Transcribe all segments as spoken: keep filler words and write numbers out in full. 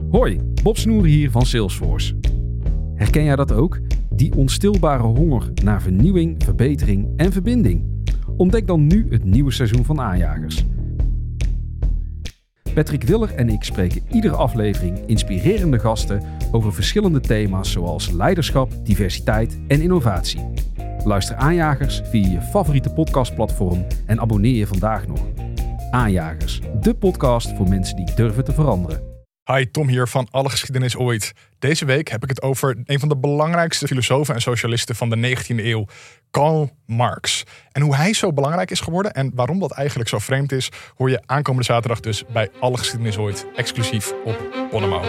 Hoi, Bob Snoer hier van Salesforce. Herken jij dat ook? Die onstilbare honger naar vernieuwing, verbetering en verbinding. Ontdek dan nu het nieuwe seizoen van Aanjagers. Patrick Willer en ik spreken iedere aflevering inspirerende gasten over verschillende thema's zoals leiderschap, diversiteit en innovatie. Luister Aanjagers via je favoriete podcastplatform en abonneer je vandaag nog. Aanjagers, de podcast voor mensen die durven te veranderen. Hi, Tom hier van Alle Geschiedenis Ooit. Deze week heb ik het over een van de belangrijkste filosofen en socialisten van de negentiende eeuw, Karl Marx. En hoe hij zo belangrijk is geworden en waarom dat eigenlijk zo vreemd is, hoor je aankomende zaterdag dus bij Alle Geschiedenis Ooit, exclusief op Bonnemouw.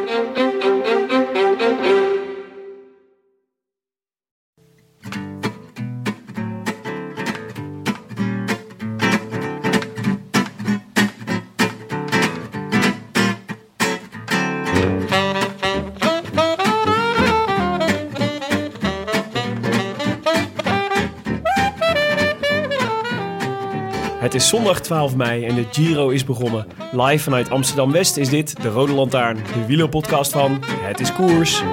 Het is zondag twaalf mei en de Giro is begonnen. Live vanuit Amsterdam-West is dit de Rode Lantaarn, de wielerpodcast van Het is Koers.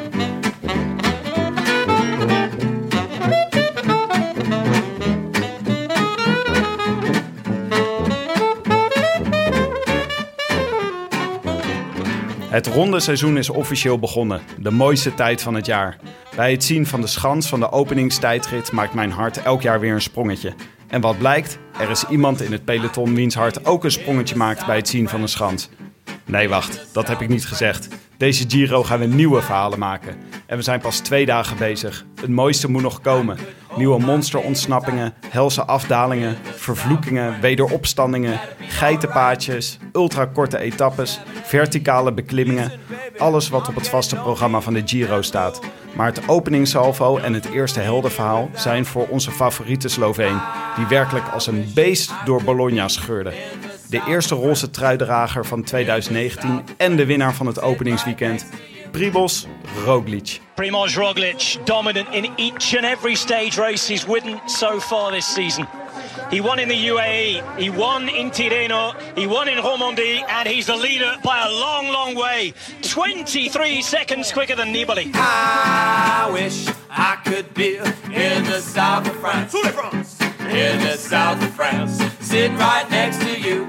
Het ronde seizoen is officieel begonnen, de mooiste tijd van het jaar. Bij het zien van de schans van de openingstijdrit maakt mijn hart elk jaar weer een sprongetje. En wat blijkt? Er is iemand in het peloton wiens hart ook een sprongetje maakt bij het zien van een schans. Nee, wacht, dat heb ik niet gezegd. Deze Giro gaan we nieuwe verhalen maken. En we zijn pas twee dagen bezig. Het mooiste moet nog komen. Nieuwe monsterontsnappingen, helse afdalingen, vervloekingen, wederopstandingen, geitenpaadjes, ultrakorte etappes, verticale beklimmingen. Alles wat op het vaste programma van de Giro staat. Maar het openingssalvo en het eerste heldenverhaal zijn voor onze favoriete Sloveen, die werkelijk als een beest door Bologna scheurde. De eerste roze truidrager van twintig negentien en de winnaar van het openingsweekend, Primož Roglič. Primož Roglič, dominant in each and every stage race he's won so far this season. He won in the U A E, he won in Tirreno, he won in Romandie, and he's the leader by a long, long way. twenty-three seconds quicker than Nibali. I wish I could be in the south of France. In the south of France, sitting right next to you.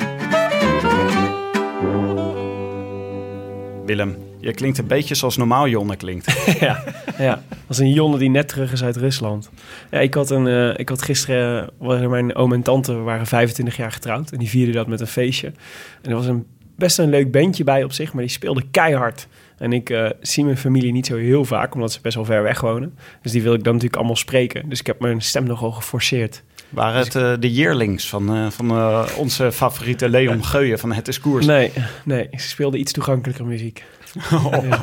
Willem, je klinkt een beetje zoals normaal Jonne klinkt. ja, ja, als een Jonne die net terug is uit Rusland. Ja, ik had, een, uh, ik had gisteren, uh, mijn oom en tante waren vijfentwintig jaar getrouwd. En die vierden dat met een feestje. En er was een, best een leuk bandje bij op zich, maar die speelde keihard. En ik uh, zie mijn familie niet zo heel vaak, omdat ze best wel ver weg wonen. Dus die wil ik dan natuurlijk allemaal spreken. Dus ik heb mijn stem nogal geforceerd. Waren het uh, de yearlings van, uh, van uh, onze favoriete Leon Geuyen van Het is Koers? Nee, nee, ze speelden iets toegankelijker muziek. Oh. Ja.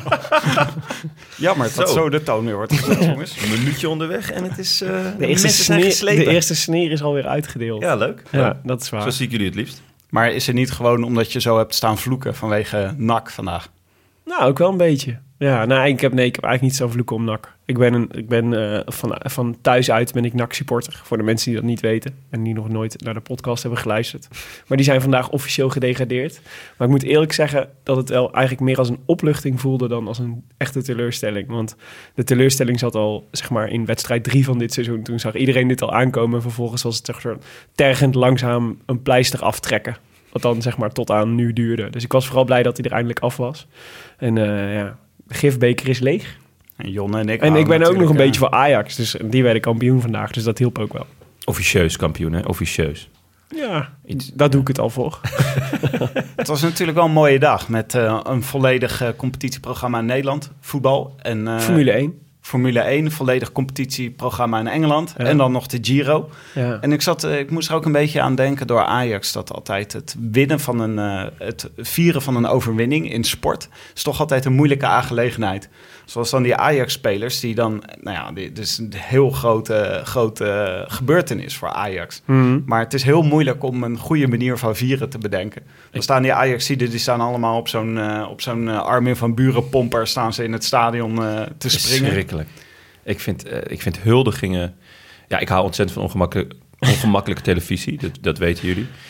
Jammer dat zo. zo de toon weer wordt gezet, jongens. Een minuutje onderweg en het is... Uh, de, eerste sneer, de eerste sneer is alweer uitgedeeld. Ja, leuk. Ja, ja, dat is waar. Zo zie ik jullie het liefst. Maar is het niet gewoon omdat je zo hebt staan vloeken vanwege N A C vandaag? Nou, ook wel een beetje. Ja, nou, ik heb, nee, ik heb eigenlijk niet zo vloeken om N A C. Ik ben, een, ik ben uh, van, van thuis uit ben ik N A C-supporter. Voor de mensen die dat niet weten en die nog nooit naar de podcast hebben geluisterd. Maar die zijn vandaag officieel gedegradeerd. Maar ik moet eerlijk zeggen dat het wel eigenlijk meer als een opluchting voelde dan als een echte teleurstelling. Want de teleurstelling zat al, zeg maar, in wedstrijd drie van dit seizoen. Toen zag iedereen dit al aankomen. En vervolgens was het zeg maar, tergend langzaam een pleister aftrekken. Wat dan, zeg maar, tot aan nu duurde. Dus ik was vooral blij dat hij er eindelijk af was. En uh, ja, de gifbeker is leeg. En Jonne en ik En ik ben ook nog een uh, beetje voor Ajax. Dus die werden kampioen vandaag. Dus dat hielp ook wel. Officieus kampioen, hè? Officieus. Ja, iets, daar doe ik het al voor. Het was natuurlijk wel een mooie dag. Met uh, een volledig uh, competitieprogramma in Nederland. Voetbal. En, uh, Formule één. Formule één, volledig competitieprogramma in Engeland. Ja. En dan nog de Giro. Ja. En ik, zat, ik moest er ook een beetje aan denken door Ajax. Dat altijd het winnen van een, uh, het vieren van een overwinning in sport is toch altijd een moeilijke aangelegenheid. Zoals dan die Ajax-spelers die dan, nou ja, dit is een heel grote, grote gebeurtenis voor Ajax. Mm-hmm. Maar het is heel moeilijk om een goede manier van vieren te bedenken. Dan staan die Ajaxiden, die staan allemaal op zo'n, uh, op zo'n uh, Armin van Buren-pomper, staan ze in het stadion uh, te springen. Schrikkelijk. Ik vind, uh, ik vind huldigingen... Ja, ik hou ontzettend van ongemakkelijke, ongemakkelijke televisie, dat, dat weten jullie.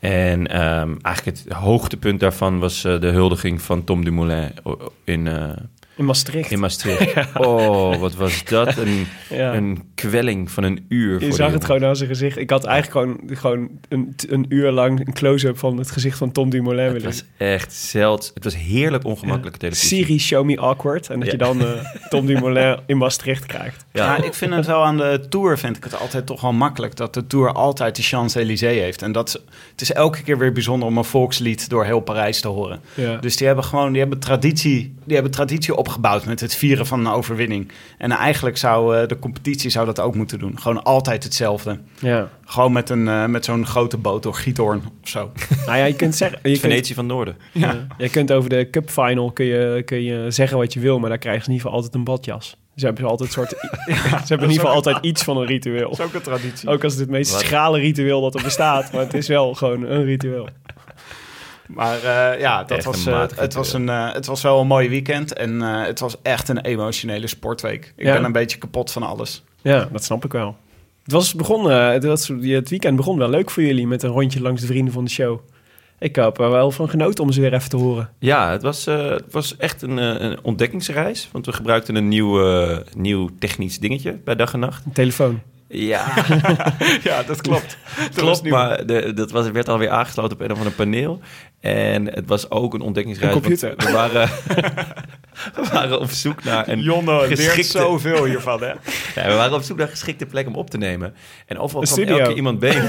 En um, eigenlijk het hoogtepunt daarvan was uh, de huldiging van Tom Dumoulin in... Uh, In Maastricht. In Maastricht. Ja. Oh, wat was dat? Een, ja. een kwelling van een uur. Je voor zag het gewoon aan zijn gezicht. Ik had eigenlijk gewoon, gewoon een, een uur lang een close-up van het gezicht van Tom Dumoulin willen. Het was echt zeldzaam. Het was heerlijk ongemakkelijke ja. televisie. Siri, show me awkward. En dat ja. je dan uh, Tom Dumoulin in Maastricht krijgt. Ja. ja, ik vind het wel aan de Tour, vind ik het altijd toch wel makkelijk. Dat de Tour altijd de Champs-Élysées heeft. En dat is, het is elke keer weer bijzonder om een volkslied door heel Parijs te horen. Ja. Dus die hebben gewoon, die hebben traditie, die hebben traditie opgebouwd met het vieren van een overwinning. En eigenlijk zou uh, de competitie zou dat ook moeten doen. Gewoon altijd hetzelfde. Ja. Gewoon met, een, uh, met zo'n grote boot door Giethoorn of zo. Nou ja, je kunt zeggen... Je Venetië kunt, van Noorden. Ja. Ja. Je kunt over de Cup Final kun je, kun je zeggen wat je wil, maar dan krijg je in ieder geval altijd een badjas. Ze hebben altijd soort, ja, ze hebben in ieder geval altijd iets van een ritueel. Dat is ook een traditie. Ook als het het meest wat? schrale ritueel dat er bestaat. Maar het is wel gewoon een ritueel. Maar uh, ja, dat was, uh, het, was een, uh, het was wel een mooi weekend. En uh, het was echt een emotionele sportweek. Ik ja. ben een beetje kapot van alles. Ja, dat snap ik wel. Het was begonnen, het, was, het weekend begon wel leuk voor jullie met een rondje langs de vrienden van de show. Ik heb er wel van genoten om ze weer even te horen. Ja, het was, uh, het was echt een, uh, een ontdekkingsreis. Want we gebruikten een nieuw, uh, nieuw technisch dingetje bij dag en nacht. Een telefoon. Ja, ja, dat klopt. Dat klopt, maar de, dat was, werd alweer aangesloten op een of ander paneel. En het was ook een ontdekkingsreis. Een computer. We waren, we waren op zoek naar een Jonne, geschikte... leert zoveel hiervan, hè? Ja, we waren op zoek naar een geschikte plek om op te nemen. En overal kwam elke keer iemand bij.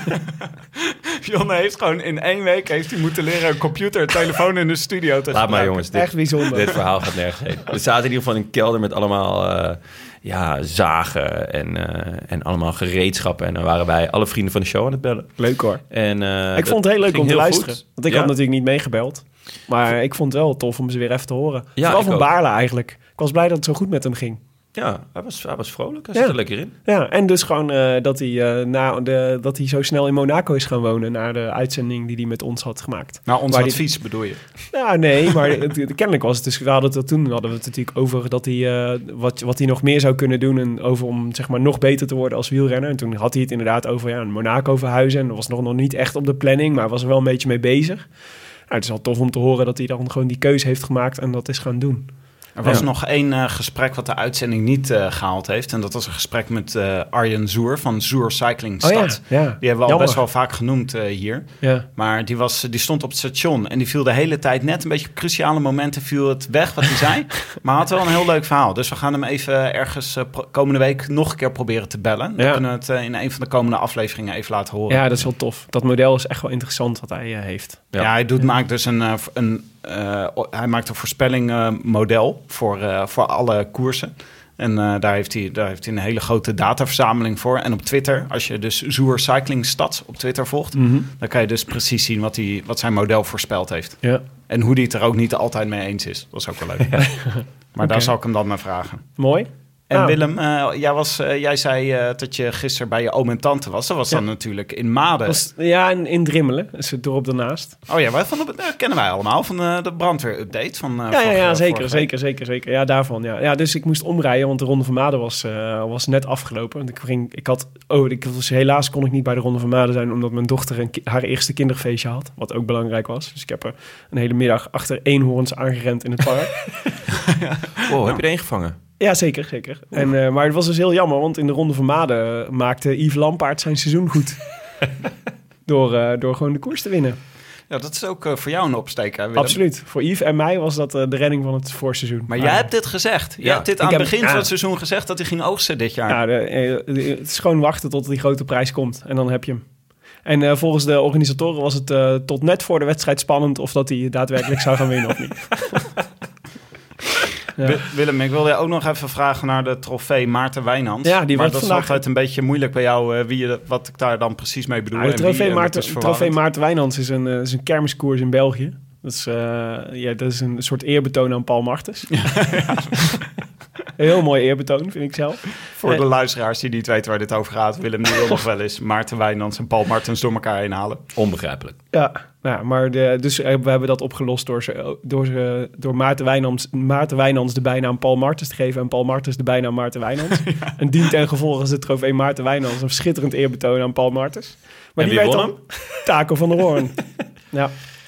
Jonne heeft gewoon in één week heeft hij moeten leren een computer, een telefoon in de studio te Laat gebruiken. maar jongens, dit, echt bijzonder. Dit verhaal gaat nergens heen. We zaten in ieder geval in een kelder met allemaal uh, ja, zagen en, uh, en allemaal gereedschappen. En dan waren wij alle vrienden van de show aan het bellen. Leuk hoor. En, uh, ik vond het heel leuk om te luisteren. Goed. Want ik ja. had natuurlijk niet meegebeld. Maar ik vond het wel tof om ze weer even te horen. Ja, Vooral van ook. Baarle eigenlijk. Ik was blij dat het zo goed met hem ging. Ja, hij was, hij was vrolijk. Hij ja. zat er lekker in. Ja, en dus gewoon uh, dat, hij, uh, na de, dat hij zo snel in Monaco is gaan wonen... na de uitzending die hij met ons had gemaakt. Nou, ons Waar advies die... bedoel je? Ja, nee, maar het, het, kennelijk was het dus... We hadden het, toen hadden we het natuurlijk over dat hij, uh, wat, wat hij nog meer zou kunnen doen... en over om zeg maar, nog beter te worden als wielrenner. En toen had hij het inderdaad over ja, Monaco verhuizen. En dat was nog, nog niet echt op de planning, maar was er wel een beetje mee bezig. Nou, het is wel tof om te horen dat hij dan gewoon die keuze heeft gemaakt... en dat is gaan doen. Er was ja. nog één uh, gesprek wat de uitzending niet uh, gehaald heeft. En dat was een gesprek met uh, Arjen Zoer van Zoer Cycling Stad. Oh ja, ja. Die hebben we al Jammer. best wel vaak genoemd uh, hier. Ja. Maar die, was, die stond op het station en die viel de hele tijd net een beetje op cruciale momenten viel het weg wat hij zei. Maar had wel een heel leuk verhaal. Dus we gaan hem even ergens uh, pro- komende week nog een keer proberen te bellen. Dan ja. kunnen we het uh, in een van de komende afleveringen even laten horen. Ja, dat is heel tof. Dat model is echt wel interessant wat hij uh, heeft. Ja, ja hij doet, ja. maakt dus een... Uh, een Uh, hij maakt een voorspelling uh, model voor, uh, voor alle koersen. En uh, daar, heeft hij, daar heeft hij een hele grote dataverzameling voor. En op Twitter, als je dus Zoer Cycling Stad op Twitter volgt... Mm-hmm. dan kan je dus precies zien wat, hij, wat zijn model voorspeld heeft. Ja. En hoe hij het er ook niet altijd mee eens is. Dat is ook wel leuk. Ja. Maar okay. daar zal ik hem dan naar vragen. Mooi. En ah. Willem, uh, jij, was, uh, jij zei uh, dat je gisteren bij je oom en tante was. Dat was ja. dan natuurlijk in Maden. Was, ja, in, in Drimmelen. Dat is het dorp daarnaast. Oh ja, van de, dat kennen wij allemaal. Van de, de brandweer-update. Van, uh, ja, ja, ja, vorige, zeker, zeker, zeker, zeker. Ja, daarvan. Ja. ja, dus ik moest omrijden, want de Ronde van Maden was, uh, was net afgelopen. Want ik, ging, ik had, oh, ik was, helaas kon ik niet bij de Ronde van Maden zijn, omdat mijn dochter een, haar eerste kinderfeestje had. Wat ook belangrijk was. Dus ik heb er een hele middag achter eenhoorns aangerend in het park. ja. Oh, heb je er één gevangen? Ja, zeker, zeker. En, uh, maar het was dus heel jammer, want in de Ronde van Maden maakte Yves Lampaert zijn seizoen goed. door, uh, door gewoon de koers te winnen. Ja, dat is ook uh, voor jou een opsteker, Willem. Absoluut. Voor Yves en mij was dat uh, de redding van het voorseizoen. Maar jij ah. hebt dit gezegd. Jij ja. hebt dit aan het begin ja. van het seizoen gezegd dat hij ging oogsten dit jaar. Ja, de, de, het is gewoon wachten tot die grote prijs komt. En dan heb je hem. En uh, volgens de organisatoren was het uh, tot net voor de wedstrijd spannend of dat hij daadwerkelijk zou gaan winnen of niet. Ja. Willem, ik wilde je ook nog even vragen naar de trofee Maarten Wijnands. Ja, die maar wordt dat vandaag... is altijd een beetje moeilijk bij jou, uh, wie je, wat ik daar dan precies mee bedoel. Ja, de trofee, wie, Maarten, uh, trofee Maarten Wijnands is een, uh, is een kermiskoers in België. Dat is, uh, ja, dat is een soort eerbetoon aan Paul Martens. Ja, ja. Een heel mooi eerbetoon, vind ik zelf. Voor de luisteraars die niet weten waar dit over gaat... Willem die wil nog wel eens Maarten Wijnands en Paul Martens door elkaar heen halen. Onbegrijpelijk. Ja, nou, maar de, dus we hebben dat opgelost door, ze, door, ze, door Maarten, Wijnands, Maarten Wijnands de bijnaam Paul Martens te geven... en Paul Martens de bijnaam Maarten Wijnands. Ja. En dient ten gevolge de trofee Maarten Wijnands... een schitterend eerbetoon aan Paul Martens. Maar en die wie werd won dan Taco van der Hoorn. Ja.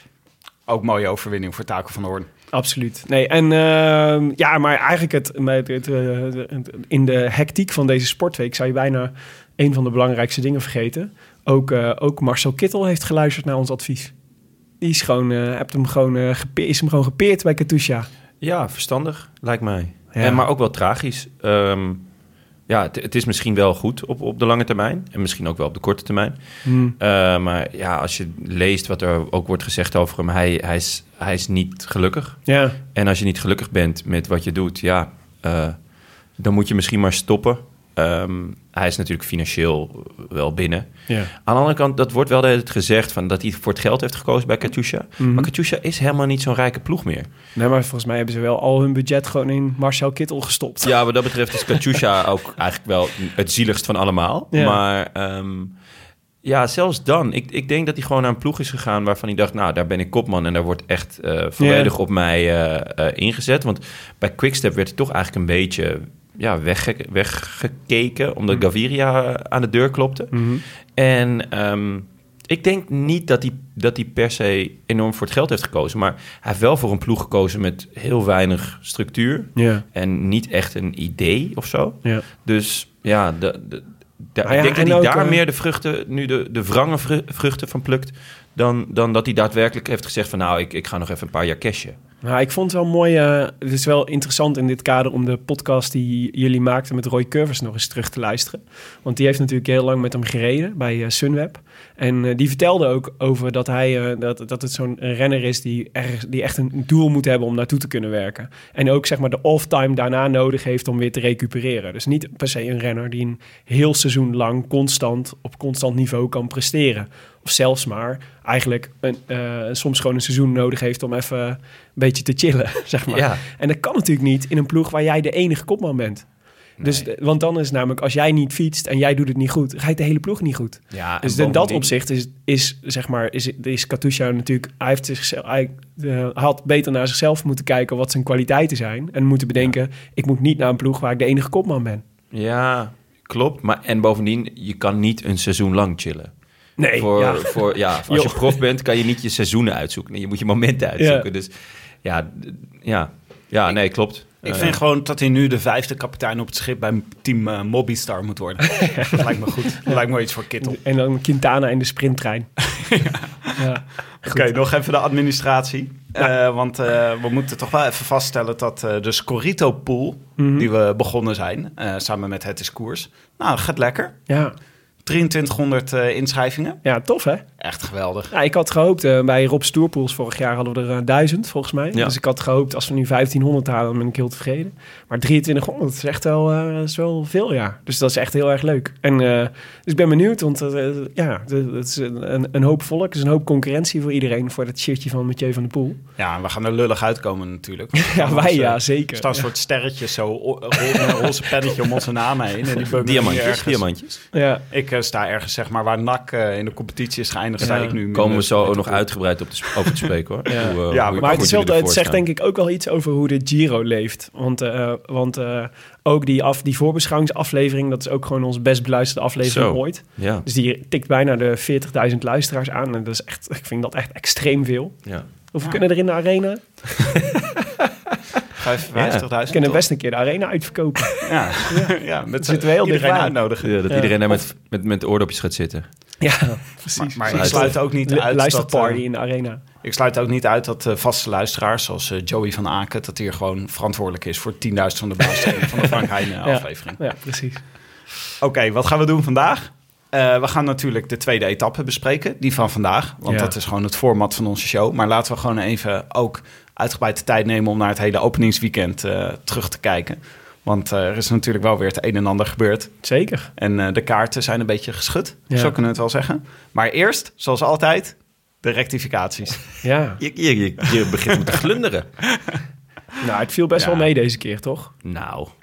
Ook mooie overwinning voor Taco van der Hoorn. Absoluut. Nee, en uh, ja, maar eigenlijk het, het, het, het, in de hectiek van deze sportweek zou je bijna een van de belangrijkste dingen vergeten. Ook, uh, ook Marcel Kittel heeft geluisterd naar ons advies. Die is gewoon, uh, hebt hem gewoon, uh, gepe- is hem gewoon gepeerd bij Katusha. Ja, verstandig, lijkt mij. Ja. En, maar ook wel tragisch. Um, ja, het, het is misschien wel goed op, op de lange termijn. En misschien ook wel op de korte termijn. Hmm. Uh, maar ja, als je leest wat er ook wordt gezegd over hem... hij, hij, is, hij is niet gelukkig. Ja. En als je niet gelukkig bent met wat je doet... ja, uh, dan moet je misschien maar stoppen. Um, hij is natuurlijk financieel wel binnen. Ja. Aan de andere kant, dat wordt wel de hele tijd gezegd... Van dat hij voor het geld heeft gekozen bij Katusha. Mm-hmm. Maar Katusha is helemaal niet zo'n rijke ploeg meer. Nee, maar volgens mij hebben ze wel al hun budget gewoon in Marcel Kittel gestopt. Ja, wat dat betreft is Katusha ook eigenlijk wel het zieligst van allemaal. Ja. Maar um, ja, zelfs dan. Ik, ik denk dat hij gewoon naar een ploeg is gegaan... waarvan hij dacht, nou, daar ben ik kopman... en daar wordt echt uh, volledig ja. op mij uh, uh, ingezet. Want bij Quickstep werd hij toch eigenlijk een beetje... ja, wegge- weggekeken, omdat Gaviria aan de deur klopte. Mm-hmm. En um, ik denk niet dat hij, dat hij per se enorm voor het geld heeft gekozen... maar hij heeft wel voor een ploeg gekozen met heel weinig structuur... Ja. en niet echt een idee of zo. Ja. Dus ja, de, de, de, ja, ik denk dat en hij ook, daar uh, meer de vruchten, nu de, de wrange vru- vruchten van plukt... Dan, dan dat hij daadwerkelijk heeft gezegd van... nou, ik, ik ga nog even een paar jaar cashen. Nou, ik vond het wel mooi. Uh, het is wel interessant in dit kader om de podcast die jullie maakten met Roy Curvers nog eens terug te luisteren. Want die heeft natuurlijk heel lang met hem gereden bij uh, Sunweb. En uh, die vertelde ook over dat hij uh, dat, dat het zo'n renner is die, ergens, die echt een doel moet hebben om naartoe te kunnen werken. En ook zeg maar de off-time daarna nodig heeft om weer te recupereren. Dus niet per se een renner die een heel seizoen lang constant op constant niveau kan presteren. Of zelfs maar eigenlijk een, uh, soms gewoon een seizoen nodig heeft om even een beetje te chillen, zeg maar. Ja. En dat kan natuurlijk niet in een ploeg waar jij de enige kopman bent. Nee. Dus, want dan is het namelijk, als jij niet fietst en jij doet het niet goed, rijdt de hele ploeg niet goed. Ja, dus en in dat bovendien... opzicht is, is zeg maar, is, is Katusha natuurlijk, hij heeft zichzelf, hij uh, had beter naar zichzelf moeten kijken wat zijn kwaliteiten zijn en moeten bedenken, ja. ik moet niet naar een ploeg waar ik de enige kopman ben. Ja, klopt. Maar en bovendien, je kan niet een seizoen lang chillen. Nee, voor, ja. voor, ja, als je prof bent, kan je niet je seizoenen uitzoeken. Je moet je momenten uitzoeken. Ja. Dus ja, ja, ja, nee, klopt. Ik uh, vind gewoon dat hij nu de vijfde kapitein op het schip bij team uh, Mobistar moet worden. Dat lijkt me goed. Dat lijkt me iets voor Kittel. En dan Quintana in de sprinttrein. ja. Ja. Oké, okay, nog even de administratie. Ja. Uh, want uh, we moeten toch wel even vaststellen dat uh, de Scorito-pool, mm-hmm. die we begonnen zijn, uh, samen met Het is Koers, nou, gaat lekker. Ja. drieëntwintighonderd uh, inschrijvingen. Ja, tof hè? Echt geweldig. Ja, ik had gehoopt, uh, bij Rob Stoerpools vorig jaar hadden we er uh, duizend volgens mij. Ja. Dus ik had gehoopt, als we nu vijftienhonderd halen, dan ben ik heel tevreden. Maar drieëntwintighonderd is echt wel, uh, is wel veel, ja. Dus dat is echt heel erg leuk. En uh, dus ik ben benieuwd, want uh, ja, het is een, een hoop volk. Het is een hoop concurrentie voor iedereen, voor dat shirtje van Mathieu van der Poel. Ja, we gaan er lullig uitkomen natuurlijk. ja, wij ja, zeker. Er staan een ja. soort sterretjes zo, een roze pennetje om onze namen heen. En die diamantjes, diamantjes. Ja. Ik uh, sta ergens, zeg maar, waar N A C uh, in de competitie is geëindigd, sta ja. ik nu. Komen we zo ook nog uitgebreid op te, over te spreken, hoor. Ja, hoe, uh, ja hoe, maar het, is wel, het zegt staan. denk ik ook wel iets over hoe de Giro leeft. Want, uh, want uh, ook die, af, die voorbeschouwingsaflevering, dat is ook gewoon onze best beluisterde aflevering zo. ooit. Ja. Dus die tikt bijna de veertigduizend luisteraars aan. En dat is echt, ik vind dat echt extreem veel. Ja. Hoeveel ja. kunnen er in de arena? vijfenvijftigduizend. We kunnen best een keer de arena uitverkopen. Ja, ja. ja met zitten we heel iedereen dichtbij. uitnodigen. Ja, dat ja. iedereen daar Of... met, met, met oordopjes gaat zitten. Ja, precies. Maar, maar ik sluit ook niet uit luisterparty dat, uh, in de arena. Ik sluit ook niet uit dat uh, vaste luisteraars, zoals uh, Joey van Aken, dat hij er gewoon verantwoordelijk is voor tienduizend van de beluistering van de Frank Heijnen ja. aflevering. Ja, precies. Oké, okay, wat gaan we doen vandaag? Uh, we gaan natuurlijk de tweede etappe bespreken, die van vandaag. Want ja. dat is gewoon het format van onze show. Maar laten we gewoon even ook uitgebreid de tijd nemen om naar het hele openingsweekend uh, terug te kijken. Want uh, er is natuurlijk wel weer het een en ander gebeurd. Zeker. En uh, de kaarten zijn een beetje geschud, ja. zo kunnen we het wel zeggen. Maar eerst, zoals altijd, de rectificaties. Ja. Je, je, je, je begint met te glunderen. Nou, het viel best ja. wel mee deze keer, toch? Nou...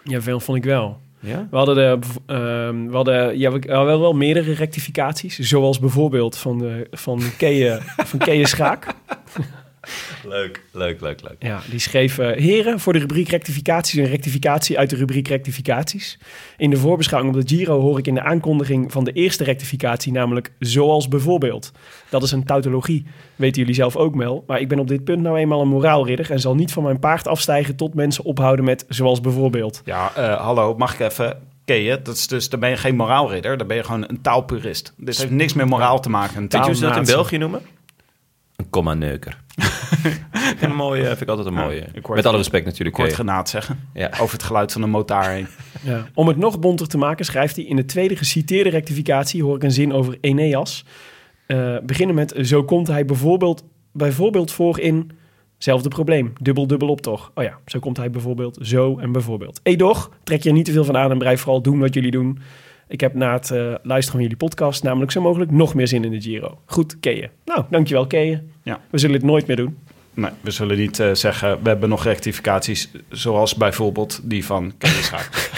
Ja, veel vond ik wel. Ja? We hadden, de, uh, we hadden, ja, we hadden wel meerdere rectificaties. Zoals bijvoorbeeld van, de, van Kees van Kees Schaak. Leuk, leuk, leuk, leuk. Ja, die schreef... Uh, heren, voor de rubriek rectificaties... een rectificatie uit de rubriek rectificaties. In de voorbeschouwing op de Giro hoor ik in de aankondiging van de eerste rectificatie... namelijk zoals bijvoorbeeld. Dat is een tautologie, weten jullie zelf ook wel. Maar ik ben op dit punt nou eenmaal een moraalridder... en zal niet van mijn paard afstijgen tot mensen ophouden met zoals bijvoorbeeld. Ja, uh, hallo, mag ik even... Keeën, dat is dus, dan ben je geen moraalridder, dan ben je gewoon een taalpurist. Dit heeft niks met moraal te maken. Weet je hoe ze dat in België noemen? Een komma-neuker. Een mooie, vind ik altijd een mooie. Ja, met alle respect natuurlijk. Kort genaad zeggen. Ja. Over het geluid van de motaar heen. Ja. Om het nog bonter te maken schrijft hij... in de tweede geciteerde rectificatie hoor ik een zin over Eneas. Uh, beginnen met... zo komt hij bijvoorbeeld, bijvoorbeeld voor in... zelfde probleem. Dubbel, dubbel op toch? Oh ja, zo komt hij bijvoorbeeld zo en bijvoorbeeld. Edoch, trek je er niet te veel van aan en blijf vooral doen wat jullie doen. Ik heb na het uh, luisteren van jullie podcast namelijk zo mogelijk nog meer zin in de Giro. Goed, Keeën. Nou, dankjewel Keeën. Ja. We zullen het nooit meer doen. Nee, we zullen niet uh, zeggen, we hebben nog rectificaties... zoals bijvoorbeeld die van Kees Schaak.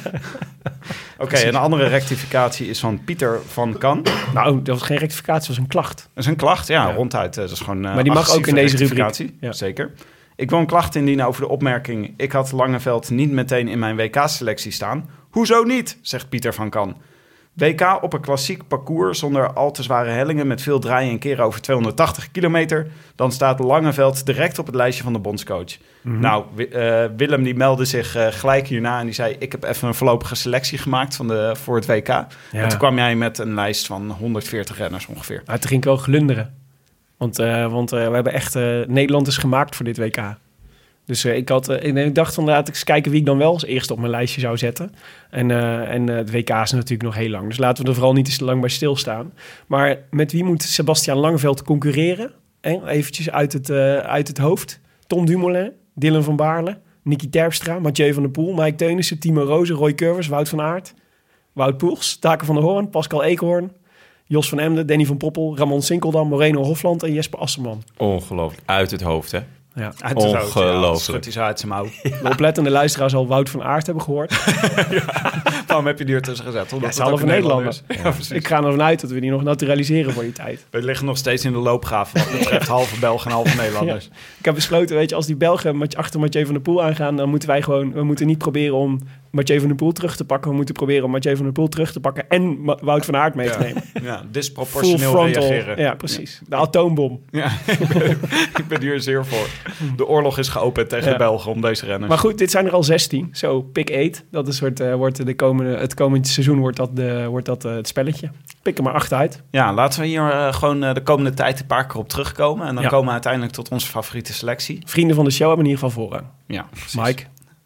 Oké, okay, een andere rectificatie is van Pieter van Kan. Nou, dat was geen rectificatie, dat was een klacht. Dat is een klacht, ja, ja. ronduit. Dat is gewoon uh, maar die mag ook in deze rubriek. Ja. Zeker. Ik wil een klacht indienen over de opmerking... ik had Langeveld niet meteen in mijn W K-selectie staan. Hoezo niet, zegt Pieter van Kan. W K op een klassiek parcours zonder al te zware hellingen... met veel draaien en keren over tweehonderdtachtig kilometer... dan staat Langeveld direct op het lijstje van de bondscoach. Mm-hmm. Nou, uh, Willem die meldde zich uh, gelijk hierna... en die zei, ik heb even een voorlopige selectie gemaakt van de, voor het W K. Ja. En toen kwam jij met een lijst van honderdveertig renners ongeveer. Maar toen ging ik wel glunderen. Want, uh, want uh, we hebben echt... Uh, Nederland is gemaakt voor dit W K. Dus uh, ik, had, uh, ik dacht van laat ik eens kijken wie ik dan wel als eerste op mijn lijstje zou zetten. En, uh, en uh, het W K is natuurlijk nog heel lang. Dus laten we er vooral niet te lang bij stilstaan. Maar met wie moet Sebastian Langeveld concurreren? Eh, eventjes uit het, uh, uit het hoofd. Tom Dumoulin, Dylan van Baarle, Nicky Terpstra, Mathieu van der Poel, Mike Teunissen, Timo Rozen, Roy Curvers, Wout van Aert, Wout Poels, Taken van der Hoorn, Pascal Eekhoorn, Jos van Emden, Danny van Poppel, Ramon Sinkeldam, Moreno Hofland en Jesper Asselman. Ongelooflijk. Uit het hoofd, hè? Ja, ongelooflijk. Schudt hij zo uit zijn mouw. De oplettende luisteraars al Wout van Aert hebben gehoord. Ja, waarom heb je die er tussen gezet? Omdat ja, ze hadden van Nederlanders. Ja, ik ga ervan uit dat we die nog naturaliseren voor die tijd. We liggen nog steeds in de loopgraaf wat betreft halve Belgen en halve Nederlanders. Ja. Ik heb besloten, weet je, als die Belgen achter Mathieu van der Poel aangaan, dan moeten wij gewoon, we moeten niet proberen om Mathieu van der Poel terug te pakken. We moeten proberen om Mathieu van der Poel terug te pakken en Ma- Wout van Aert mee ja. te nemen. Ja, disproportioneel reageren. Ja, precies. De atoombom. Ja, ik ben, ik ben hier zeer voor. De oorlog is geopend tegen ja. de Belgen om deze renners. Maar goed, dit zijn er al zestien. Zo, pick eight. Dat is wordt, uh, wordt de komende, het komende seizoen wordt dat, de, wordt dat uh, het spelletje. Pik er maar acht uit. Ja, laten we hier uh, gewoon uh, de komende tijd een paar keer op terugkomen. En dan ja. komen we uiteindelijk tot onze favoriete selectie. Vrienden van de show hebben in ieder geval voorrang. Ja, precies. Mike.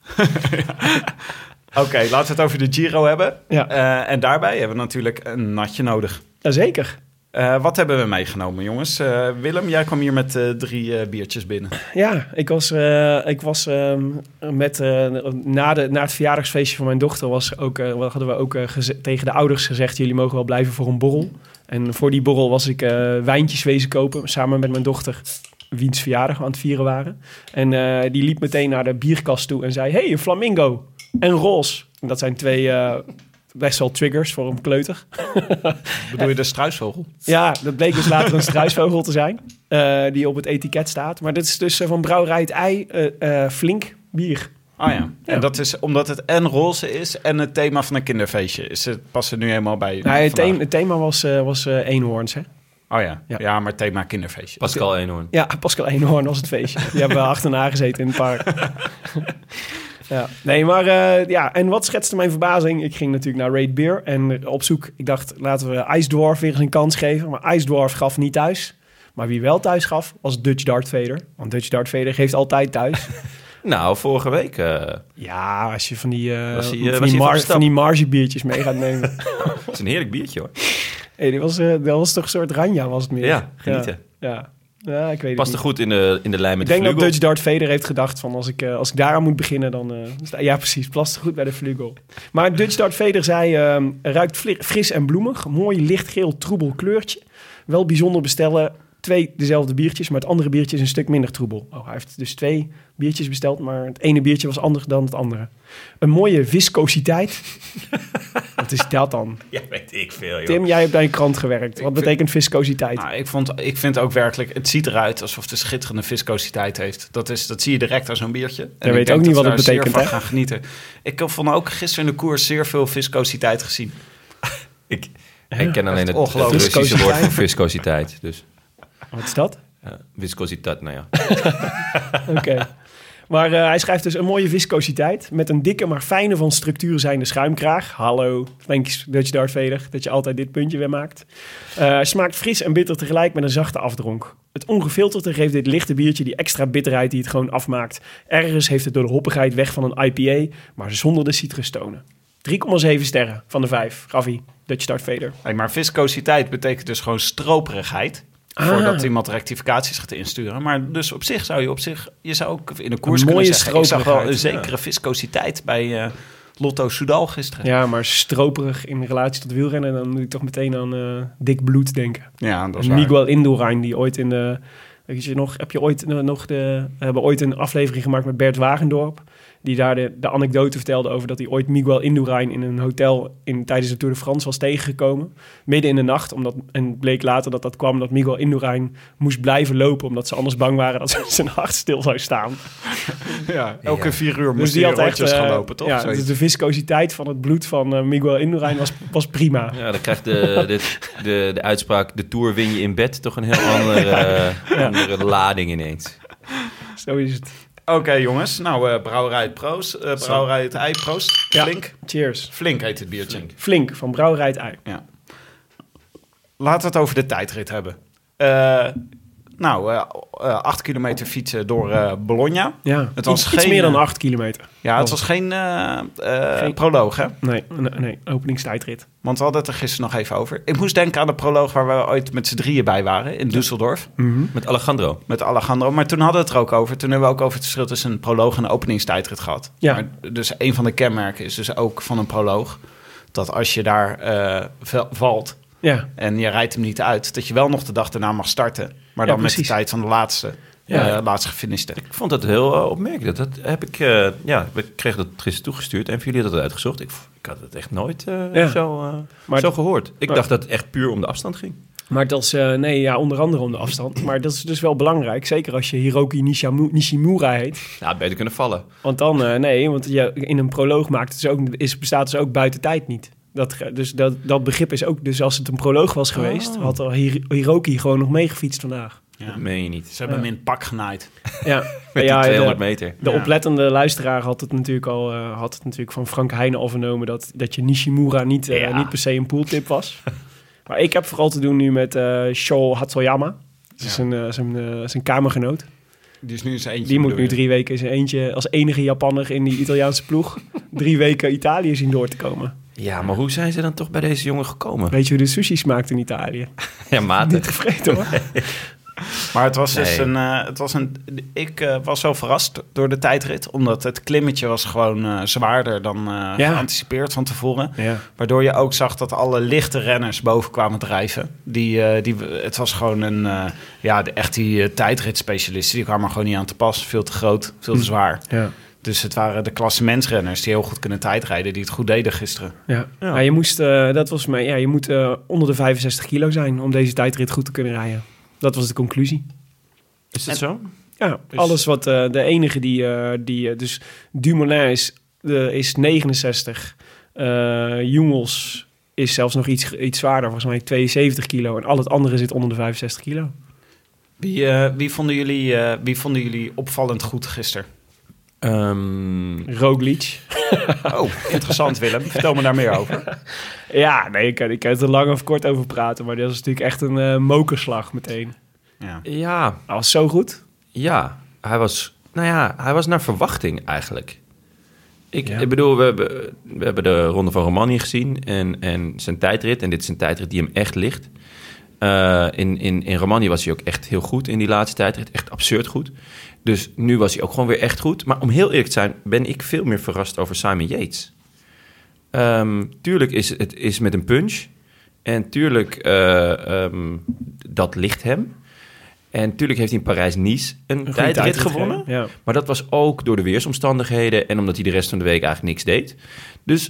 ja. Oké, okay, laten we het over de Giro hebben. Ja. Uh, en daarbij hebben we natuurlijk een natje nodig. Jazeker. Uh, wat hebben we meegenomen, jongens? Uh, Willem, jij kwam hier met uh, drie uh, biertjes binnen. Ja, ik was, uh, ik was uh, met uh, na, de, na het verjaardagsfeestje van mijn dochter was ook, uh, hadden we ook uh, geze- tegen de ouders gezegd: jullie mogen wel blijven voor een borrel. En voor die borrel was ik uh, wijntjes wezen kopen samen met mijn dochter, wiens verjaardag we aan het vieren waren. En uh, die liep meteen naar de bierkast toe en zei: hey, een flamingo en roze. En dat zijn twee uh, best wel triggers voor een kleuter. Bedoel je de struisvogel? Ja, dat bleek dus later een struisvogel te zijn, uh, die op het etiket staat. Maar dit is dus uh, van Brouwerij Het Ei, uh, uh, flink bier. Ah ja. ja, en dat is omdat het en roze is en het thema van een kinderfeestje. Is het, past het nu helemaal bij nou, het, thema, het thema was, uh, was uh, eenhoorns, hè? Oh ja. ja, ja, maar thema kinderfeestje. Pascal Eenhoorn. Ja, Pascal Eenhoorn was het feestje. Die hebben we achterna gezeten in het park. Ja, nee, maar uh, ja, en wat schetste mijn verbazing? Ik ging natuurlijk naar Raid Beer en op zoek, ik dacht, laten we Ice Dwarf weer eens een kans geven. Maar Ice Dwarf gaf niet thuis. Maar wie wel thuis gaf, was Dutch Dart Vader. Want Dutch Dart Vader geeft altijd thuis. Nou, vorige week... Uh... Ja, als je van die, uh, was hij, uh, van, was die hij mar- van die marge biertjes mee gaat nemen. Het is een heerlijk biertje, hoor. Hey, dit was, uh, dat was toch een soort Ranja, was het meer? Ja, genieten. Ja, ja. Ja, ik weet Past het er goed in de, in de lijn met ik de denk vlugel. dat Dutch Dart Vader heeft gedacht van als ik, uh, als ik daaraan moet beginnen, dan... Uh, sta, ja, precies. Past er goed bij de vlugel. Maar Dutch Dart Vader zei, uh, ruikt fris en bloemig. Mooi lichtgeel troebel kleurtje. Wel bijzonder bestellen twee dezelfde biertjes, maar het andere biertje is een stuk minder troebel. Oh, hij heeft dus twee biertjes besteld, maar het ene biertje was anders dan het andere. Een mooie viscositeit. Wat is dat dan? Ja, weet ik veel, joh. Tim, jij hebt bij een krant gewerkt. Wat betekent viscositeit? Nou, ik, vond, ik vind ook werkelijk, het ziet eruit alsof het een schitterende viscositeit heeft. Dat, is, dat zie je direct aan zo'n biertje. En Jij ik weet denk ook niet dat wat we het daar betekent, zeer hè? van gaan genieten. Ik heb vond ook gisteren in de koers zeer veel viscositeit gezien. Ik, ik ken alleen het, het ongelooflijk. Russische woord voor viscositeit. Dus Wat is dat? uh, viscositeit, nou ja. Oké. Okay. Maar uh, hij schrijft dus een mooie viscositeit met een dikke maar fijne van structuur zijnde schuimkraag. Hallo, thanks Dutch Darth Vader, dat je altijd dit puntje weer maakt. Uh, smaakt fris en bitter tegelijk met een zachte afdronk. Het ongefilterde geeft dit lichte biertje die extra bitterheid die het gewoon afmaakt. Ergens heeft het door de hoppigheid weg van een I P A, maar zonder de citrustonen. drie komma zeven sterren van de vijf. Raffi, Dutch Darth Vader. Hey, maar viscositeit betekent dus gewoon stroperigheid. Ah. Voordat iemand rectificaties gaat insturen. Maar dus op zich zou je op zich... Je zou ook in de koers Een kunnen mooie zeggen... Ik zag wel een stroperigheid, zekere viscositeit bij uh, Lotto Soudal gisteren. Ja, maar stroperig in relatie tot wielrennen, dan moet ik toch meteen aan uh, dik bloed denken. Ja, dat is En waar. Miguel Indurain, die ooit in de... Weet je nog, heb je ooit uh, nog de... We hebben ooit een aflevering gemaakt met Bert Wagendorp, die daar de, de anekdote vertelde over dat hij ooit Miguel Indurain in een hotel in, tijdens de Tour de France was tegengekomen. Midden in de nacht. Omdat, en het bleek later dat dat kwam dat Miguel Indurain moest blijven lopen, omdat ze anders bang waren dat zijn hart stil zou staan. Ja, elke Ja. vier uur Dus moest die hij had echt... rondjes gaan uh, lopen, toch? Ja, Zoiets. de, de viscositeit van het bloed van uh, Miguel Indurain was, was prima. Ja, dan krijgt de, de, de, de uitspraak... de Tour win je in bed toch een heel andere, uh, andere lading ineens. Zo is het. Oké, okay, jongens. Nou, uh, Brouwerij het Proost. Uh, Brouwerij het Ei, proost. Ja. Flink. Cheers. Flink heet het biertje. Flink. Flink, van Brouwerij het Ei. Ja. Laten we het over de tijdrit hebben. Uh, nou, uh, uh, acht kilometer fietsen door uh, Bologna. Ja, Het was iets, iets geen, meer dan uh, acht kilometer. Ja, het Oh. was geen, uh, uh, Geen- proloog, hè? Nee, nee, nee, openingstijdrit. Want we hadden het er gisteren nog even over. Ik moest denken aan de proloog waar we ooit met z'n drieën bij waren. In Düsseldorf. Mm-hmm. Met Alejandro. Met Alejandro. Maar toen hadden we het er ook over. Toen hebben we ook over het verschil tussen een proloog en een openingstijdrit gehad. Ja. Maar dus een van de kenmerken is dus ook van een proloog... dat als je daar uh, vel- valt Ja, en je rijdt hem niet uit... dat je wel nog de dag daarna mag starten. Maar Ja, dan met de precies. tijd van de laatste, Ja. uh, laatste gefinishte. Ik vond dat heel uh, opmerkelijk. Dat heb ik... Uh, ja, we kregen dat gisteren toegestuurd. En jullie hadden dat uitgezocht. Ik, ik had het echt nooit uh, Ja. zo, uh, Maar- zo gehoord. Ik maar- dacht dat het echt puur om de afstand ging. maar dat is... uh, nee, ja, onder andere om de afstand. Maar dat is dus wel belangrijk. Zeker als je Hiroki Nishimu- Nishimura heet. Nou, beter kunnen vallen. Want dan... uh, nee, want je, in een proloog maakt het dus ook, is, bestaat dus ook buiten tijd niet. Dat, ge- dus dat, dat begrip is ook... Dus als het een proloog was geweest... Oh. had al Hir- Hiroki gewoon nog meegefietst vandaag. Ja. Dat meen je niet. Ze hebben Ja. hem in het pak genaaid. Ja, Met ja, die tweehonderd de, meter. de Ja. oplettende luisteraar had het natuurlijk al uh, had het natuurlijk van Frank Heijnen al vernomen dat, dat je Nishimura niet, uh, Ja. niet per se een pooltip was. Maar ik heb vooral te doen nu met uh, Sho Hatsoyama. Dat is Ja. zijn, uh, zijn, uh, zijn kamergenoot. Die is nu eens eentje. Die moet nu bedoel je? drie weken in zijn eentje als enige Japanner in die Italiaanse ploeg drie weken Italië zien door te komen. Ja, maar hoe zijn ze dan toch bij deze jongen gekomen? Weet je hoe de sushi smaakt in Italië? Ja, matig. Niet tevreden hoor. Maar het was dus Nee. een... Uh, het was een ik uh, was zo verrast door de tijdrit. Omdat het klimmetje was gewoon uh, zwaarder dan uh, Ja. geanticipeerd van tevoren. Ja. Waardoor je ook zag dat alle lichte renners boven kwamen drijven. Die, uh, die, het was gewoon een... Uh, ja, de, echt die uh, tijdritspecialisten. Die kwamen er gewoon niet aan te pas. Veel te groot, veel te zwaar. Ja. Dus het waren de klassementsrenners die heel goed kunnen tijdrijden. Die het goed deden gisteren. Ja. Ja, je moest, uh, dat was mij, ja, je moet uh, onder de vijfenzestig kilo zijn om deze tijdrit goed te kunnen rijden. Dat was de conclusie. Is dat zo? Ja, Dus- alles wat uh, de enige die, uh, die uh, dus Dumoulin is, uh, is negenenzestig. Uh, Jungels is zelfs nog iets, iets zwaarder, volgens mij tweeënzeventig kilo. En al het andere zit onder de vijfenzestig kilo. Wie, uh, wie, vonden jullie, uh, wie vonden jullie opvallend goed gisteren? Um, Roglic. Oh, interessant Willem. Vertel me daar meer over. Ja, nee, ik kan, ik kan het er lang of kort over praten. Maar dat is natuurlijk echt een uh, mokerslag meteen. Ja. ja, Hij was zo goed. ja, hij was, nou ja, hij was naar verwachting eigenlijk. Ik, Ja. ik bedoel, we hebben, we hebben de Ronde van Romandie gezien en, en zijn tijdrit. En dit is een tijdrit die hem echt ligt. Uh, in, in, in Romandie was hij ook echt heel goed in die laatste tijdrit. Echt absurd goed. Dus nu was hij ook gewoon weer echt goed. Maar om heel eerlijk te zijn, ben ik veel meer verrast over Simon Yates. Um, tuurlijk is het is met een punch. En tuurlijk, uh, um, dat ligt hem. En natuurlijk heeft hij in Parijs-Nice een, Een tijdrit, tijdrit gewonnen. gegeven, ja. Maar dat was ook door de weersomstandigheden en omdat hij de rest van de week eigenlijk niks deed. Dus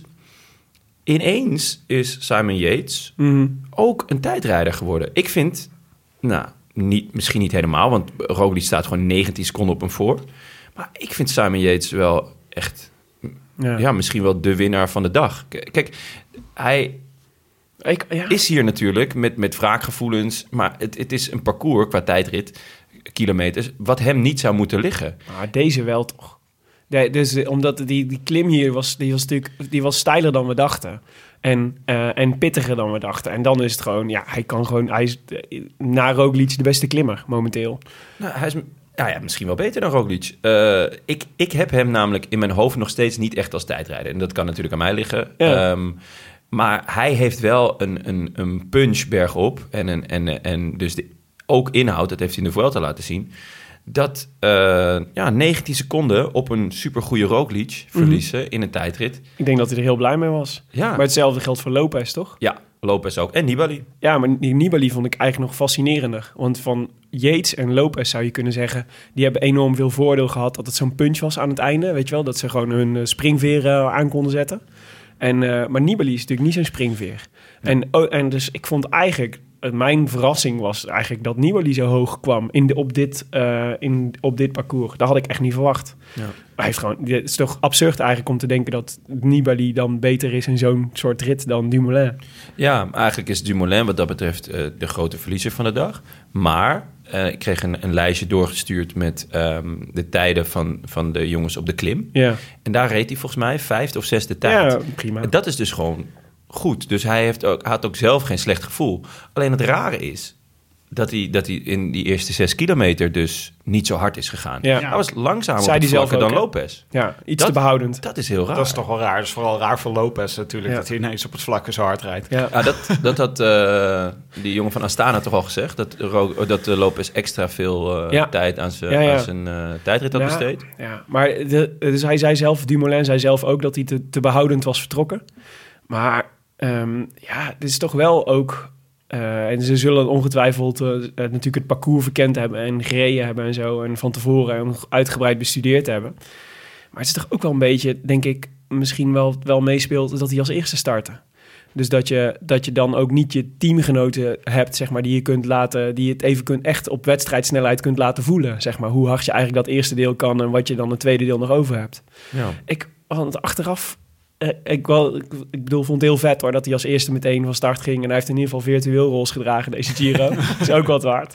ineens is Simon Yates Mm. ook een tijdrijder geworden. Ik vind, nou, niet, misschien niet helemaal, want Roglic staat gewoon negentien seconden op hem voor. Maar ik vind Simon Yates wel echt, Ja. ja, misschien wel de winnaar van de dag. K- Kijk, hij Ik, ja. is hier natuurlijk met, met wraakgevoelens, maar het, het is een parcours qua tijdrit, kilometers, wat hem niet zou moeten liggen. Maar deze wel toch. Nee, dus eh, omdat die, die klim hier was, die was natuurlijk, die was steiler dan we dachten. En, eh, en pittiger dan we dachten. En dan is het gewoon, ja, hij kan gewoon, hij is eh, na Roglic de beste klimmer momenteel. Nou, hij is nou ja, misschien wel beter dan Roglic. Uh, ik, ik heb hem namelijk in mijn hoofd nog steeds niet echt als tijdrijder. En dat kan natuurlijk aan mij liggen. Ja. Um, maar hij heeft wel een, een, een punch bergop. En, een, en, en dus de, ook inhoud, dat heeft hij in de Vuelta laten zien. Dat uh, ja, negentien seconden op een supergoeie Roglic verliezen mm-hmm. in een tijdrit. Ik denk dat hij er heel blij mee was. Ja. Maar hetzelfde geldt voor Lopez, toch? Ja, Lopez ook. En Nibali. Ja, maar die Nibali vond ik eigenlijk nog fascinerender. Want van Yates en Lopez zou je kunnen zeggen, die hebben enorm veel voordeel gehad dat het zo'n punch was aan het einde. Weet je wel, dat ze gewoon hun uh, springveer uh, aan konden zetten. En, uh, maar Nibali is natuurlijk niet zo'n springveer. Ja. En, oh, en dus ik vond eigenlijk, mijn verrassing was eigenlijk dat Nibali zo hoog kwam in de, op, dit, uh, in, op dit parcours. Dat had ik echt niet verwacht. Ja. Hij heeft gewoon, het is toch absurd eigenlijk om te denken dat Nibali dan beter is in zo'n soort rit dan Dumoulin. Ja, eigenlijk is Dumoulin wat dat betreft uh, de grote verliezer van de dag. Maar uh, ik kreeg een, een lijstje doorgestuurd met um, de tijden van, van de jongens op de klim. Ja. En daar reed hij volgens mij vijfde of zesde tijd. Ja, prima. En dat is dus gewoon goed. Dus hij heeft ook, had ook zelf geen slecht gevoel. Alleen het rare is dat hij, dat hij in die eerste zes kilometer dus niet zo hard is gegaan. Ja. Hij was langzamer Zei op de vlakken dan ook, Lopez. Ja, iets dat, te behoudend. Dat is heel raar. Dat is toch wel raar. Dat is vooral raar voor Lopez natuurlijk, ja. dat hij ineens op het vlakke zo hard rijdt. Ja. Ja, dat, dat had uh, die jongen van Astana toch al gezegd. Dat, dat uh, Lopez extra veel uh, ja. tijd aan zijn, ja, ja. aan zijn uh, tijdrit had ja, besteed. Ja, maar de, dus hij zei zelf, Dumoulin zei zelf ook dat hij te, te behoudend was vertrokken. Maar um, ja, dit is toch wel ook... Uh, en ze zullen ongetwijfeld uh, natuurlijk het parcours verkend hebben en gereden hebben en zo. En van tevoren uitgebreid bestudeerd hebben. Maar het is toch ook wel een beetje, denk ik, misschien wel, wel meespeelt dat hij als eerste startte. Dus dat je, dat je dan ook niet je teamgenoten hebt, zeg maar, die je kunt laten, die je het even kunt echt op wedstrijdsnelheid kunt laten voelen. Zeg maar, hoe hard je eigenlijk dat eerste deel kan en wat je dan het tweede deel nog over hebt. Ja. Ik, want achteraf... Uh, ik, wel, ik, ik bedoel, vond het heel vet hoor, dat hij als eerste meteen van start ging. En hij heeft in ieder geval virtueel rols gedragen, deze Giro. Dat is ook wat waard.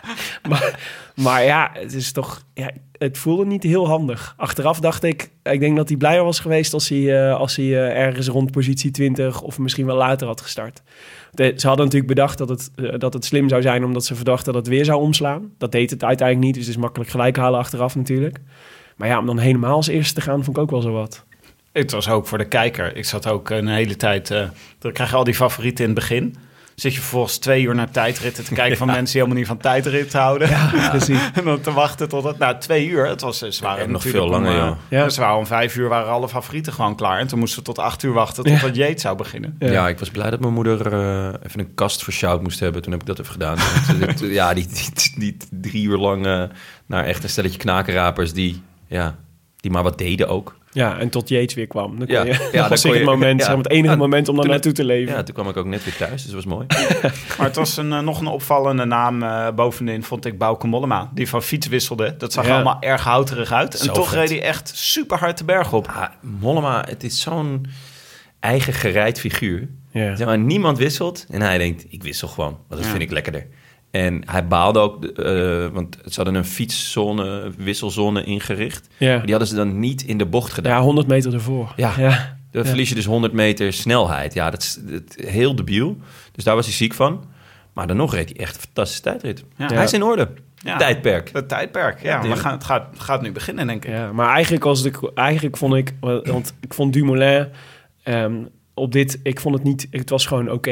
maar, maar ja, het is toch... Ja, het voelde niet heel handig. Achteraf dacht ik... Ik denk dat hij blijer was geweest als hij, uh, als hij uh, ergens rond positie twintig... of misschien wel later had gestart. De, ze hadden natuurlijk bedacht dat het, uh, dat het slim zou zijn... omdat ze verdachten dat het weer zou omslaan. Dat deed het uiteindelijk niet, dus het is makkelijk gelijk halen achteraf natuurlijk. Maar ja, om dan helemaal als eerste te gaan, vond ik ook wel zo wat. Het was ook voor de kijker. Ik zat ook een hele tijd... Uh, dan krijg je al die favorieten in het begin. Zit je vervolgens twee uur naar tijdritten te kijken van ja. mensen die helemaal niet van tijdrit houden. Ja, ja. precies. En dan te wachten tot het... Nou, twee uur. Het was, ze waren ja, nog veel langer, om, ja. ja. Ze waren om vijf uur waren alle favorieten gewoon klaar. En toen moesten we tot acht uur wachten tot ja. het Yates zou beginnen. Ja. ja, ik was blij dat mijn moeder uh, even een kast voor Shout moest hebben. Toen heb ik dat even gedaan. Want, ja, die, die, die, die drie uur lang uh, naar echt een stelletje knakenrapers die, ja, die maar wat deden ook. Ja, en tot Yates weer kwam. Dan kon ja, je, ja, dat was het moment, ja, het enige ja, moment om daar naartoe te leven. Ja, toen kwam ik ook net weer thuis, dus dat was mooi. Maar het was een, uh, nog een opvallende naam uh, bovenin, vond ik Bauke Mollema. Die van fiets wisselde. Dat zag ja. allemaal erg houterig uit. En Zo toch vet. reed hij echt super hard de berg op. Ah, Mollema, het is zo'n eigen gereid figuur. Ja. Zeg maar, niemand wisselt en hij denkt, ik wissel gewoon. Want dat ja. vind ik lekkerder. En hij baalde ook, uh, want ze hadden een fietszone, wisselzone ingericht. Ja. Maar die hadden ze dan niet in de bocht gedaan. Ja, honderd meter ervoor. Ja, ja. dan ja. verlies je dus honderd meter snelheid. Ja, dat is, dat is heel debiel. Dus daar was hij ziek van. Maar dan nog reed hij echt een fantastische tijdrit. Ja. Hij is in orde. Ja. Tijdperk. Het tijdperk, ja. ja we gaan, het, gaat, het gaat nu beginnen, denk ik. Ja, maar eigenlijk, was het, eigenlijk vond ik... Want ik vond Dumoulin um, op dit... Ik vond het niet... Het was gewoon oké. Okay.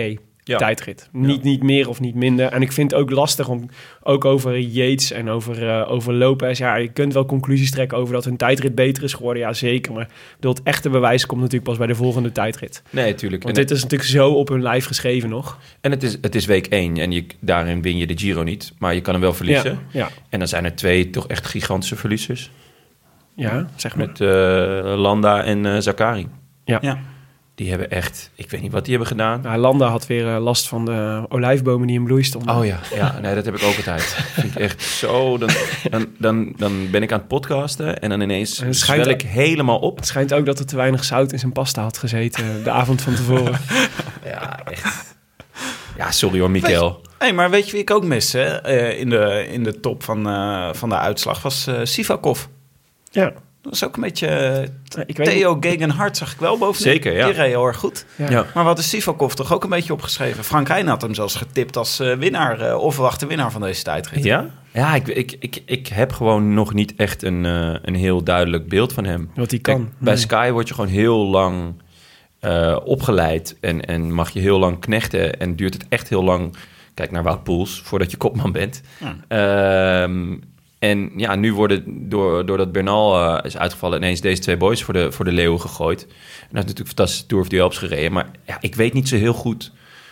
Ja. Tijdrit. Niet, ja. niet meer of niet minder. En ik vind het ook lastig om ook over Yates en over, uh, over Lopez. Ja, je kunt wel conclusies trekken over dat hun tijdrit beter is geworden. Ja, zeker. Maar bedoel, het echte bewijs komt natuurlijk pas bij de volgende tijdrit. Nee, tuurlijk. Want en dit het... is natuurlijk zo op hun lijf geschreven nog. En het is, het is week één en je, daarin win je de Giro niet. Maar je kan hem wel verliezen. Ja, ja. En dan zijn er twee toch echt gigantische verliezers. Ja, zeg maar. Met uh, Landa en uh, Zakari. Ja. ja. Die hebben echt... Ik weet niet wat die hebben gedaan. Ja, Landa had weer uh, last van de olijfbomen die in bloei stonden. Oh ja, ja nee, dat heb ik ook altijd. Vind ik echt zo... Dan, dan, dan, dan ben ik aan het podcasten en dan ineens en zwel ik helemaal op. Het schijnt ook dat er te weinig zout in zijn pasta had gezeten de avond van tevoren. Ja, echt. Ja, sorry hoor, Mikkel. Hey, maar weet je wie ik ook mis hè? Uh, in, de, in de top van, uh, van de uitslag was uh, Sivakov. Ja. Dat was ook een beetje... Uh, ik weet Theo Gegenhardt zag ik wel bovenin. Zeker, ja. Die reed heel erg goed. Ja. Ja. Maar wat is Sivakov toch ook een beetje opgeschreven? Frank Heijn had hem zelfs getipt als uh, winnaar, uh, onverwachte winnaar van deze tijdrit. Ja? Ja, ik, ik, ik, ik heb gewoon nog niet echt een, uh, een heel duidelijk beeld van hem. Wat hij kan. Kijk, bij nee. Sky word je gewoon heel lang uh, opgeleid en, en mag je heel lang knechten en duurt het echt heel lang... Kijk naar Wout Poels, voordat je kopman bent. Ja. Um, En ja, nu worden door, doordat Bernal uh, is uitgevallen... ineens deze twee boys voor de, voor de leeuwen gegooid. En dat is natuurlijk een fantastische Tour of the Alps gereden. Maar ja, ik weet niet zo heel goed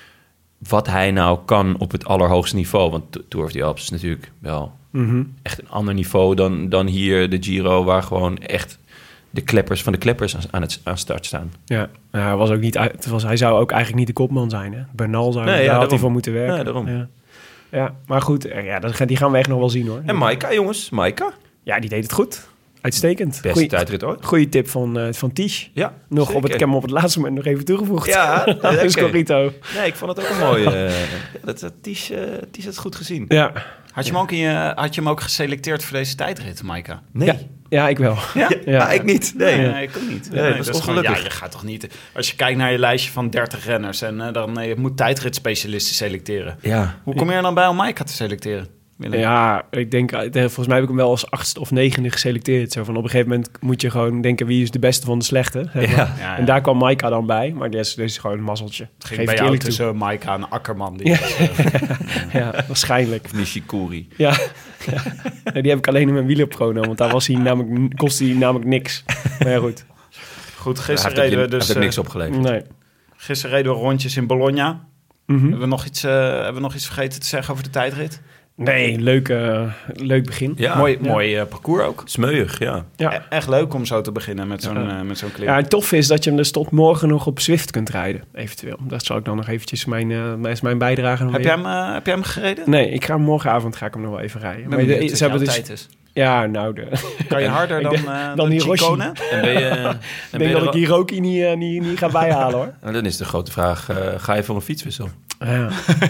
wat hij nou kan op het allerhoogste niveau. Want Tour of the Alps is natuurlijk wel mm-hmm. echt een ander niveau... Dan, dan hier de Giro, waar gewoon echt de kleppers van de kleppers aan, het, aan start staan. Ja, ja hij, was ook niet, het was, hij zou ook eigenlijk niet de kopman zijn. Hè? Bernal zou, nee, daar ja, had daarom. hij voor moeten werken. Ja, daarom. Ja. Ja, maar goed, ja, die gaan we echt nog wel zien hoor. En Maika, jongens, Maika. Ja, die deed het goed. Uitstekend. Beste Goeie, tijdrit ooit. Goeie tip van, uh, van Tisch. Ja, nog op het, ik heb hem op het laatste moment nog even toegevoegd. Ja, dat is Corrito. Nee, ik vond het ook een mooie. Uh, dat, dat, Tisch, uh, Tisch had het goed gezien. Ja. Had je, hem ook in je, had je hem ook geselecteerd voor deze tijdrit, Maika? Nee. Ja. Ja, ik wel. Ja? Ja, ja. ik niet. Nee, nee, nee ik ook niet. Nee, nee, dat, dat is ongelukkig. Gewoon, ja, je gaat toch niet... Als je kijkt naar je lijstje van dertig renners... en uh, dan uh, je moet tijdritspecialisten selecteren. Ja. Hoe kom je er dan bij om Maika te selecteren? Willem? Ja, ik denk... Volgens mij heb ik hem wel als achtste of negende geselecteerd. Zo van op een gegeven moment moet je gewoon denken... wie is de beste van de slechte. Zeg maar. ja. Ja, ja. En daar kwam Maika dan bij. Maar dit is, dit is gewoon een mazzeltje. Het ging bij jou tussen Maika en Akkerman. Die ja. was, uh, ja, waarschijnlijk. Of Nishikori. Ja. ja. Nee, die heb ik alleen in mijn wielerprono. Want daar was hij namelijk, kostte hij namelijk niks. Maar ja, goed. Goed, gisteren reden we dus... Hij heeft niks opgeleverd. Nee. Gisteren reden we rondjes in Bologna. Mm-hmm. Hebben, we nog iets, uh, hebben we nog iets vergeten te zeggen over de tijdrit? Nee, leuk, uh, leuk begin. Ja, mooi, ja. mooi uh, parcours ook. Smeuig, ja. ja. E- echt leuk om zo te beginnen met zo'n, ja. uh, met zo'n klim. Ja, en tof is dat je hem dus tot morgen nog op Zwift kunt rijden, eventueel. Dat zal ik dan nog eventjes mijn, uh, mijn bijdrage nog heb, jij hem, uh, heb jij hem gereden? Nee, ik ga hem morgenavond ga ik hem nog wel even rijden. Maar de, ze hebben dus tijd is. Ja, nou... De, kan je harder dan, uh, dan Chicone? En ben je, en ik denk ben je dat ik hier ook niet, uh, niet, niet ga bijhalen, hoor. Nou, dan is de grote vraag, uh, ga je voor een fietswissel? Ja.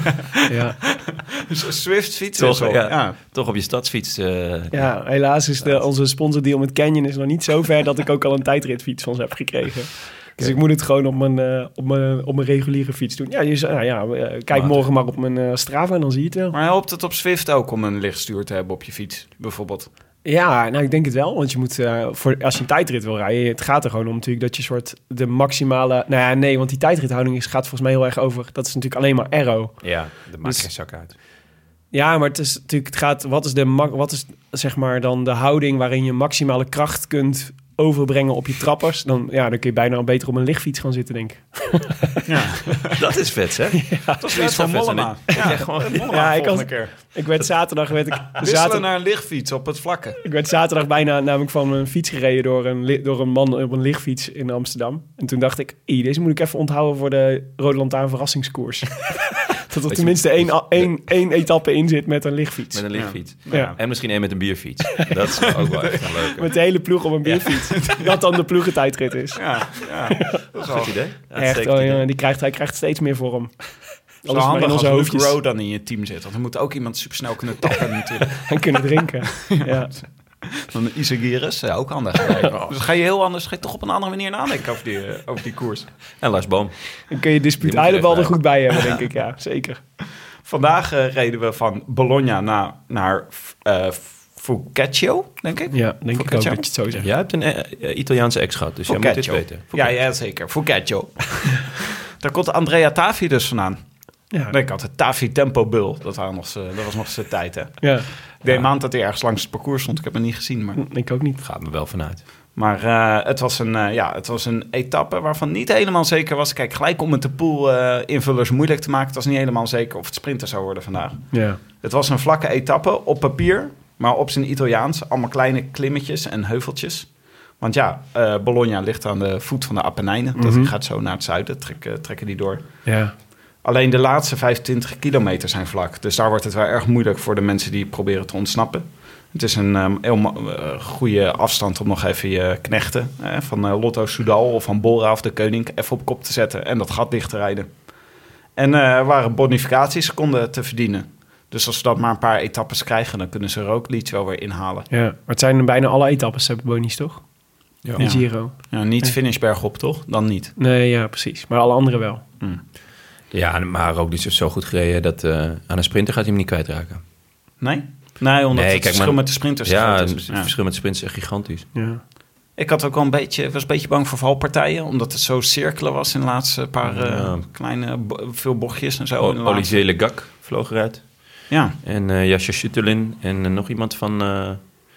ja. Swift fietswissel? Toch, ja, ja. toch op je stadsfiets. Uh, ja, helaas is de, onze sponsordeal met Canyon is nog niet zo ver... dat ik ook al een tijdritfiets van ze heb gekregen. Dus ik moet het gewoon op mijn, uh, op mijn, op mijn reguliere fiets doen. Ja, je, nou ja uh, kijk maar, morgen maar op mijn uh, Strava en dan zie je het wel. Maar helpt het op Zwift ook om een lichtstuur te hebben op je fiets, bijvoorbeeld? Ja, nou ik denk het wel. Want je moet, uh, voor, als je een tijdrit wil rijden... het gaat er gewoon om natuurlijk dat je soort de maximale... Nou ja, nee, want die tijdrithouding is, gaat volgens mij heel erg over... dat is natuurlijk alleen maar aero. Ja, dat maakt dus, geen zak uit. Ja, maar het is natuurlijk... Het gaat, wat is, de, wat is zeg maar dan de houding waarin je maximale kracht kunt... overbrengen op je trappers, dan, ja, dan kun je bijna beter op een lichtfiets gaan zitten, denk ik. Ja, dat is vet, hè? Ja, dat is iets van Mollema. Ja, ja, gewoon, Mollema ja, ik, was, ik werd zaterdag... Werd ik, Wisselen zaterdag, naar een lichtfiets op het vlakke. Ik werd zaterdag bijna namelijk van mijn fiets gereden door een, door een man op een lichtfiets in Amsterdam. En toen dacht ik, deze moet ik even onthouden voor de Rode Lantaarn verrassingskoers. Dat er tenminste één, één, één etappe in zit met een lichtfiets. Met een lichtfiets. Ja. Ja. En misschien één met een bierfiets. Dat is ook wel echt een leuke. Met de hele ploeg op een bierfiets. Ja. Dat dan de ploegentijdrit is. Ja, ja. Dat is een goed idee. Echt, oh, ja, die krijgt, hij krijgt steeds meer voor hem. Alles maar in onze hoofdjes. Luke Rowe dan in je team zit. Want er moet ook iemand supersnel kunnen tappen natuurlijk. En kunnen drinken. Ja. Dan Isagiris, ja, ook handig. Oh. Dus ga je heel anders, ga je toch op een andere manier nadenken over die, uh, over die koers. En Lars Boom. Dan kun je Dispuut Eilenbal er goed bij hebben, denk ik. Ja, zeker. Vandaag uh, reden we van Bologna naar, naar uh, Fucecchio, denk ik. Ja, denk Fucecchio. Ik ook dat je het zo zegt. Jij hebt een uh, Italiaanse ex gehad, dus Fucecchio. jij moet dit weten. Ja, ja, zeker. Fucecchio. Daar komt Andrea Tafi dus vandaan. Ja. Nee, ik had de Tafi Tempo Bull. Dat, waren nog z'n- dat was nog zijn tijd, hè. Ja. Ik deed een maand dat hij ergens langs het parcours stond. Ik heb hem niet gezien, maar... Ik ook niet. Gaat me wel vanuit. Maar uh, het, was een, uh, ja, het was een etappe waarvan niet helemaal zeker was. Kijk, gelijk om het de pool uh, invullers moeilijk te maken. Het was niet helemaal zeker of het sprinter zou worden vandaag. Ja. Het was een vlakke etappe op papier, maar op zijn Italiaans. Allemaal kleine klimmetjes en heuveltjes. Want ja, uh, Bologna ligt aan de voet van de Appenijnen. Mm-hmm. Dat gaat zo naar het zuiden, trekken, trekken die door. Ja. Alleen de laatste vijfentwintig kilometer zijn vlak. Dus daar wordt het wel erg moeilijk voor de mensen die proberen te ontsnappen. Het is een um, heel uh, goede afstand om nog even je knechten... Eh, van uh, Lotto Soudal of van Bora of de Koning even op kop te zetten... en dat gat dicht te rijden. En uh, er waren bonificatieseconden te verdienen. Dus als ze dat maar een paar etappes krijgen... dan kunnen ze Roglic wel weer inhalen. Ja, maar het zijn bijna alle etappes, hebben bonies, toch? Ja. In Giro. Ja, niet finishberg op, toch? Dan niet. Nee, ja, precies. Maar alle andere wel. Mm. Ja, maar ook niet zo goed gereden dat uh, aan een sprinter gaat hij hem niet kwijtraken. Nee? Nee, omdat nee, het kijk, verschil maar, met de sprinters ja, is. het Ja, verschil met de sprinters is echt gigantisch. Ja. Ik had ook wel een beetje, was een beetje bang voor valpartijen, omdat het zo cirkelen was in de laatste paar uh, ja. kleine, bo- veel bochtjes en zo. O- Olivier Le Gac vloog eruit. Ja. En uh, Jascha Schüttelin en uh, nog iemand van, uh,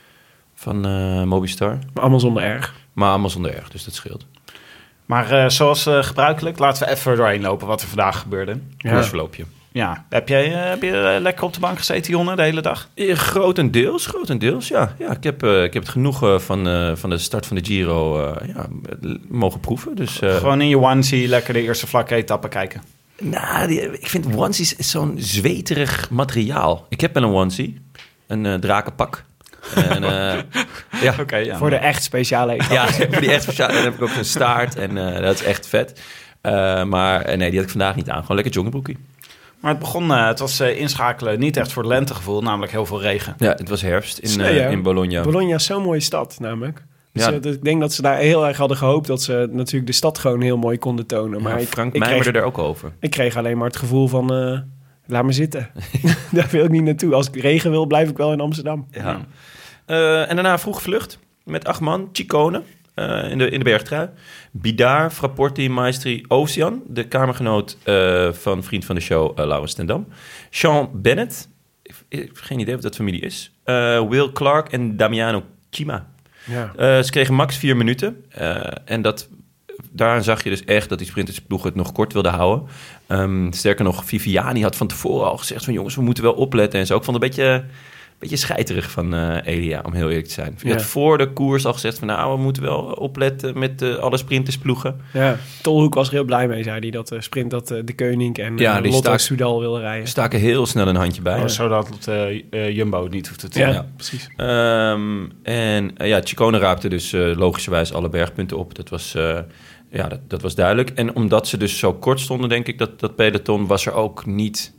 van uh, Mobistar. Maar allemaal zonder erg. Maar allemaal zonder erg, dus dat scheelt. Maar uh, zoals uh, gebruikelijk, laten we even doorheen lopen wat er vandaag gebeurde. Ja. Koersverloopje. Ja. Heb jij uh, heb je uh, lekker op de bank gezeten, Jonne, de hele dag? Ja, grotendeels, grotendeels, ja. ja ik, heb, uh, ik heb het genoegen van, uh, van de start van de Giro uh, ja, mogen proeven. Dus, uh, Gewoon in je onesie lekker de eerste vlakke etappe kijken. Nou, die, ik vind onesies zo'n zweterig materiaal. Ik heb wel een onesie, een uh, drakenpak. En, uh, ja. Okay, ja, voor de echt speciale etappe. Ja, voor die echt speciale. Dan heb ik ook een staart en uh, dat is echt vet. Uh, maar uh, nee, die had ik vandaag niet aan. Gewoon lekker joggingbroekie. Maar het begon, uh, het was uh, inschakelen niet echt voor het lentegevoel, namelijk heel veel regen. Ja, het was herfst in, nee, uh, in Bologna. Bologna is zo'n mooie stad, namelijk. Dus, Ja. uh, dus ik denk dat ze daar heel erg hadden gehoopt dat ze natuurlijk de stad gewoon heel mooi konden tonen. Maar Ja, ik, Frank ik mijmerde kreeg, er ook over. ik kreeg alleen maar het gevoel van, uh, laat me zitten. Daar wil ik niet naartoe. Als ik regen wil, blijf ik wel in Amsterdam. Ja. Uh, en daarna vroeg vlucht met acht man, Ciccone uh, in, de, in de bergtrui. Bidar, Frapporti, Maestri, Ocean, de kamergenoot uh, van vriend van de show, uh, Laurens ten Dam. Sean Bennett, ik, ik heb geen idee wat dat familie is. Uh, Will Clark en Damiano Cima. Ja. Uh, ze kregen max vier minuten. Uh, en dat, daaraan zag je dus echt dat die sprintersploeg het nog kort wilde houden. Um, sterker nog, Viviani had van tevoren al gezegd van jongens, we moeten wel opletten en zo. Ik vond het een beetje... Beetje scheiterig van uh, Elia, om heel eerlijk te zijn. Je ja. had voor de koers al gezegd van... nou, we moeten wel opletten met uh, alle sprintersploegen. Ja, Tolhoek was er heel blij mee, zei hij. Dat uh, sprint dat uh, de Koning en uh, ja, Lotto staak, Soudal wilden rijden. Staken heel snel een handje bij. Oh, zodat uh, uh, Jumbo het niet hoeft te doen. Ja, Ja, precies. Um, en uh, ja, Ciccone raapte dus uh, logischerwijs alle bergpunten op. Dat was, uh, ja, dat, dat was duidelijk. En omdat ze dus zo kort stonden, denk ik... dat dat peloton was er ook niet...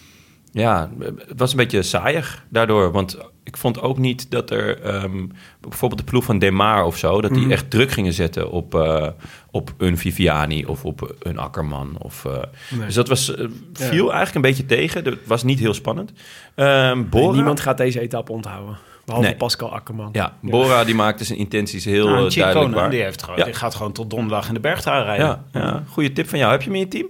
Ja, het was een beetje saaiig daardoor. Want ik vond ook niet dat er... Um, bijvoorbeeld de ploeg van Demar of zo... dat die mm. echt druk gingen zetten op, uh, op een Viviani of op een Akkerman. Of, uh, nee. Dus dat was, uh, viel ja. eigenlijk een beetje tegen. Het was niet heel spannend. Um, Bora, nee, niemand gaat deze etappe onthouden. Behalve nee. Pascal Akkerman. Ja, Bora die maakte zijn intenties heel nou, uh, duidelijk waar. Die, heeft gewoon, ja. die gaat gewoon tot donderdag in de bergtrui rijden. Ja, ja, goede tip van jou. Heb je hem in je team?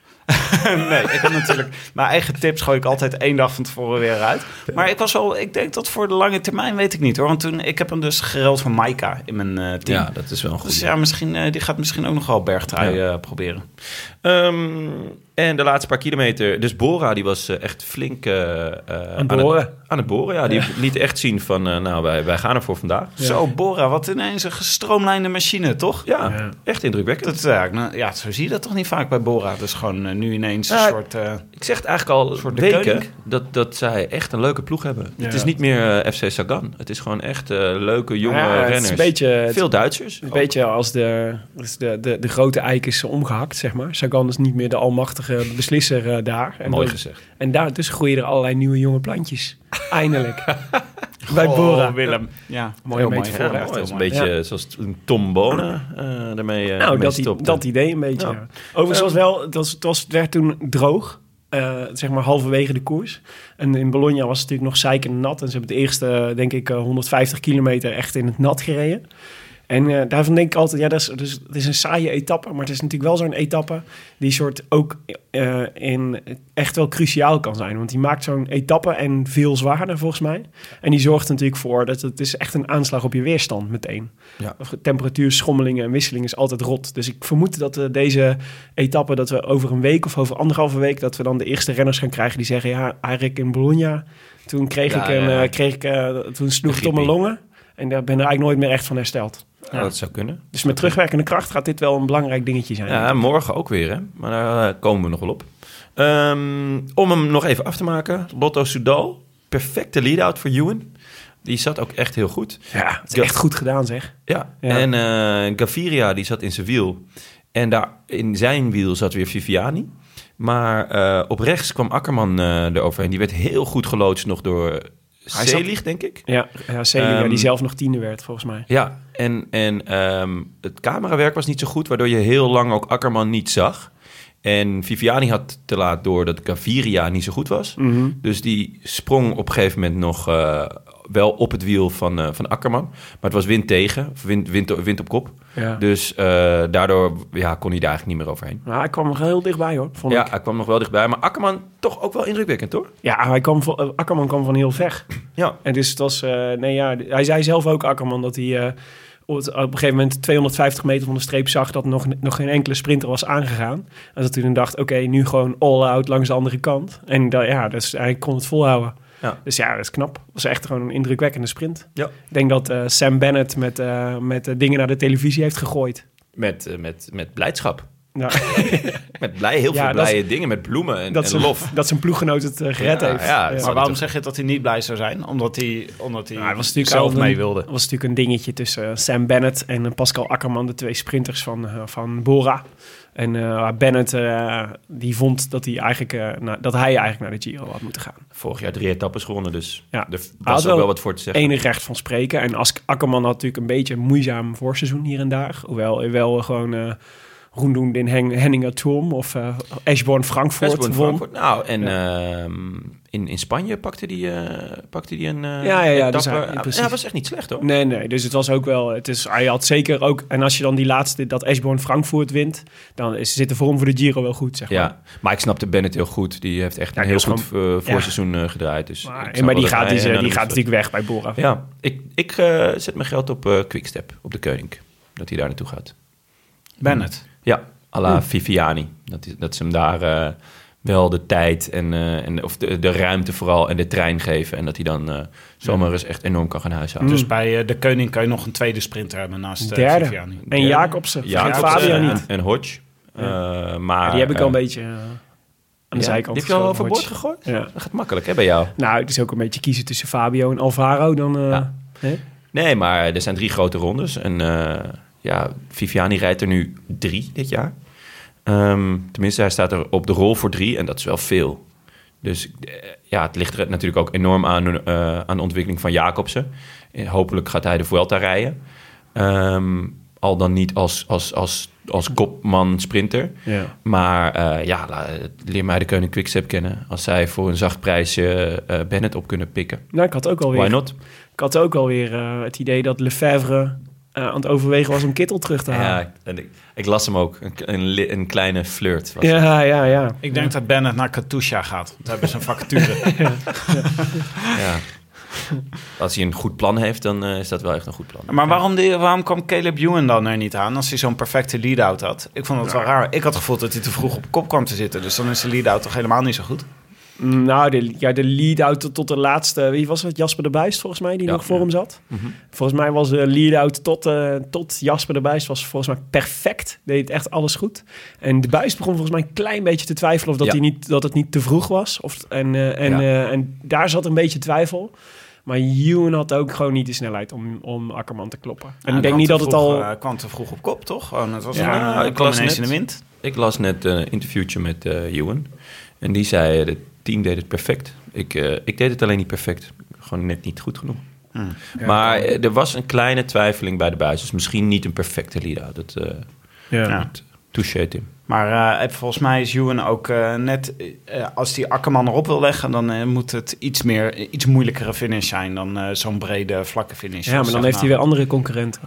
Nee, ik heb natuurlijk... Mijn eigen tips gooi ik altijd één dag van tevoren weer uit. Maar ik was wel... Ik denk dat voor de lange termijn weet ik niet hoor. Want toen... Ik heb hem dus geruild voor Maika in mijn uh, team. Ja, dat is wel een goed. Dus ja, misschien... Uh, die gaat misschien ook nog wel bergtrui ja. uh, proberen. Um, en de laatste paar kilometer... Dus Bora, die was uh, echt flink... Uh, uh, aan, boren. het, aan het boren. Ja, die ja. liet echt zien van... Uh, nou, wij, wij gaan er voor vandaag. Ja. Zo, Bora. Wat ineens een gestroomlijnde machine, toch? Ja, ja. echt indrukwekkend. Dat, uh, nou, ja, zo zie je dat toch niet vaak bij Bora. Dus gewoon uh, nu ineens een uh, soort... Uh, ik zeg het eigenlijk al soort weken... Dat, dat zij echt een leuke ploeg hebben. Ja. Het is niet meer uh, F C Sagan. Het is gewoon echt uh, leuke, jonge ja, renners. Het is een beetje, Veel Duitsers. Een ook. beetje als de, als de, de, de grote eik is omgehakt, zeg maar. Sagan is niet meer de almachtige beslisser uh, daar. En Mooi dan, gezegd. En daartussen groeien er allerlei nieuwe jonge plantjes. Eindelijk. Bij oh, Bora. Willem. Ja, mooi heel een mooi. beetje Ja, voor. mooi. Het is een beetje ja. zoals Tom Bonen uh, daarmee uh, Nou, dat, stopte. dat idee een beetje. Nou. Ja. Overigens was wel, het, was, het, was, het werd toen droog. Uh, zeg maar halverwege de koers. En in Bologna was het natuurlijk nog zeikend nat. En ze hebben de eerste, denk ik, uh, honderdvijftig kilometer echt in het nat gereden. En uh, daarvan denk ik altijd, ja, dat is, dus, het is een saaie etappe, maar het is natuurlijk wel zo'n etappe die soort ook uh, in echt wel cruciaal kan zijn. Want die maakt zo'n etappe en veel zwaarder volgens mij. En die zorgt er natuurlijk voor dat het is echt een aanslag op je weerstand meteen. Ja. Temperatuur, schommelingen en wisseling is altijd rot. Dus ik vermoed dat uh, deze etappe, dat we over een week of over anderhalve week, dat we dan de eerste renners gaan krijgen die zeggen, ja, eigenlijk in Bologna, toen kreeg Ja, ik een, ja. uh, kreeg ik, uh, toen sloeg het op mijn longen. En daar ben ik eigenlijk nooit meer echt van hersteld. Ja, dat zou kunnen. Dus met terugwerkende kracht gaat dit wel een belangrijk dingetje zijn. Ja, morgen ook weer, hè? Maar daar uh, komen we nog wel op. Um, om hem nog even af te maken. Lotto Soudal. Perfecte lead-out voor Ewan. Die zat ook echt heel goed. Ja, het is echt goed gedaan, zeg. Ja, Ja. en uh, Gaviria die zat in zijn wiel. En daar in zijn wiel zat weer Viviani. Maar uh, op rechts kwam Akkerman uh, eroverheen. Die werd heel goed geloodst nog door Selig, denk ik. Ja, ja Selig, Um, ja, die zelf nog tiende werd, volgens mij. Ja, en, en um, het camerawerk was niet zo goed, waardoor je heel lang ook Akkerman niet zag. En Viviani had te laat door dat Gaviria niet zo goed was. Mm-hmm. Dus die sprong op een gegeven moment nog uh, wel op het wiel van, uh, van Akkerman. Maar het was wind tegen, of wind, wind, wind op kop. Ja. Dus uh, daardoor ja, kon hij daar eigenlijk niet meer overheen. Nou, hij kwam nog heel dichtbij, hoor, vond Ja, ik. hij kwam nog wel dichtbij. Maar Akkerman toch ook wel indrukwekkend, hoor. Ja, hij kwam van, uh, Akkerman kwam van heel ver. Ja. En dus het was... Uh, nee, ja, hij zei zelf ook, Akkerman, dat hij... Uh, op een gegeven moment tweehonderdvijftig meter van de streep zag dat nog, nog geen enkele sprinter was aangegaan. En dat hij dan dacht, oké, okay, nu gewoon all-out langs de andere kant. En dat, ja, dus hij kon het volhouden. Ja. Dus ja, dat is knap. Dat was echt gewoon een indrukwekkende sprint. Ja. Ik denk dat uh, Sam Bennett met, uh, met uh, dingen naar de televisie heeft gegooid. Met, uh, met, met blijdschap. Nou, met blij, heel Ja, veel dat blije is- dingen, met bloemen en, dat, en zijn, lof. dat zijn ploeggenoot het uh, gered Ja, heeft. ja, Ja. het Maar waarom zeg je dat hij niet blij zou zijn? Omdat hij, omdat hij Nou, het was natuurlijk zelf al mee een- wilde. Het was natuurlijk een dingetje tussen uh, Sam Bennett en uh, Pascal Akkerman, de twee sprinters van, uh, van Bora. En uh, Bennett uh, die vond dat hij, eigenlijk, uh, na, dat hij eigenlijk naar de Giro had moeten gaan. Vorig jaar drie etappes gewonnen, dus Ja. er Hij had was ook wel wel wat voor te zeggen. Enig recht van spreken. En As- Akkerman had natuurlijk een beetje een moeizaam voorseizoen hier en daar. Hoewel wel gewoon uh, Roendoen den Hen- Henninger Thom of uh, Eschborn Frankfurt Westbourne, won. Frankfurt. Nou, en ehm, in, in Spanje pakte die, uh, pakte die een uh, Ja, ja, ja, dus etappe. hij- Ja, precies. dat was echt niet slecht, hoor. Nee, nee, dus het was ook wel... Het is, hij had zeker ook... En als je dan die laatste, dat Eschborn Frankfurt wint, dan is, zit de vorm voor de Giro wel goed, zeg maar. Ja, maar ik snapte Bennett heel goed. Die heeft echt Ja, een die heel was goed uh, voorseizoen uh, gedraaid. Dus ik Maar, snap maar wel die dat gaat, hij, die, uh, die naar gaat de natuurlijk weg bij Bora. Ja, ik, ik uh, zet mijn geld op uh, Quickstep, op de Koning. Dat hij daar naartoe gaat. Bennett. Ja, à la Viviani. Dat, is, dat ze hem daar uh, wel de tijd en, uh, en of de, de ruimte vooral en de trein geven. En dat hij dan uh, zomaar eens echt enorm kan gaan huishouden. Dus bij uh, de Koning kan je nog een tweede sprinter hebben naast uh, Derde. Viviani. En Jacobsen. Ja, Vergeet Fabio en, niet. en Hodge. Ja. Uh, maar, Ja, die heb ik al een uh, beetje uh, aan de ja, zijkant Die heb je al geschoven, overboord Hodge. gegooid? Ja. Dat gaat makkelijk, hè, bij jou? Nou, het is ook een beetje kiezen tussen Fabio en Alvaro. Dan, uh, Ja. hè? Nee, maar er zijn drie grote rondes. En uh, ja, Viviani rijdt er nu drie dit jaar. Um, tenminste, hij staat er op de rol voor drie. En dat is wel veel. Dus uh, ja, het ligt er natuurlijk ook enorm aan, uh, aan de ontwikkeling van Jacobsen. Uh, hopelijk gaat hij de Vuelta rijden. Um, al dan niet als, als, als, als kopman sprinter. Ja. Maar uh, ja, la, leer mij de Koning Quickstep kennen. Als zij voor een zacht prijsje uh, Bennett op kunnen pikken. Nou, ik had ook alweer, Why not? ik had ook alweer uh, het idee dat Lefevre uh, aan het overwegen was om Kittel terug te halen. Ja, en ik, ik las hem ook. Een, een, een kleine flirt. Was het. Ja, ja, ja. Ik denk dat Bennett naar Katusha gaat. Want daar hebben ze een vacature. Ja. Als hij een goed plan heeft, dan uh, is dat wel echt een goed plan. Maar waarom, die, waarom kwam Caleb Ewan dan er niet aan als hij zo'n perfecte lead-out had? Ik vond het wel raar. Ik had het gevoel dat hij te vroeg op kop kwam te zitten. Dus dan is de lead-out toch helemaal niet zo goed? Nou, de, ja, de lead-out tot, tot de laatste... Wie was het? Jasper de Buist, volgens mij, die Ja. nog voor hem zat. Mm-hmm. Volgens mij was de lead-out tot, uh, tot Jasper de Buist was volgens mij perfect. Deed echt alles goed. En de Buist begon volgens mij een klein beetje te twijfelen... of dat, Ja. hij niet, dat het niet te vroeg was. Of, en, uh, en, Ja. uh, en daar zat een beetje twijfel. Maar Ewan had ook gewoon niet de snelheid om, om Akkerman te kloppen. En Ja, ik denk kwam niet te dat het vroeg, al... Uh, kwam te vroeg op kop, toch? Gewoon, het was Ja, een, uh, ik ik kwam las ineens net- in de wind. Ik las net een interviewtje met uh, Ewan. En die zei, het team deed het perfect. Ik, uh, ik deed het alleen niet perfect. Gewoon net niet goed genoeg. Hmm. Maar uh, er was een kleine twijfeling bij de buis. Dus misschien niet een perfecte lead-out. Dat uh, Ja. Ja. dat toucheert hem. Maar uh, volgens mij is Ewan ook uh, net... Uh, als die Akkerman erop wil leggen... dan uh, moet het iets meer, iets moeilijkere finish zijn... dan uh, zo'n brede, vlakke finish. Ja, maar dan heeft hij weer andere concurrenten.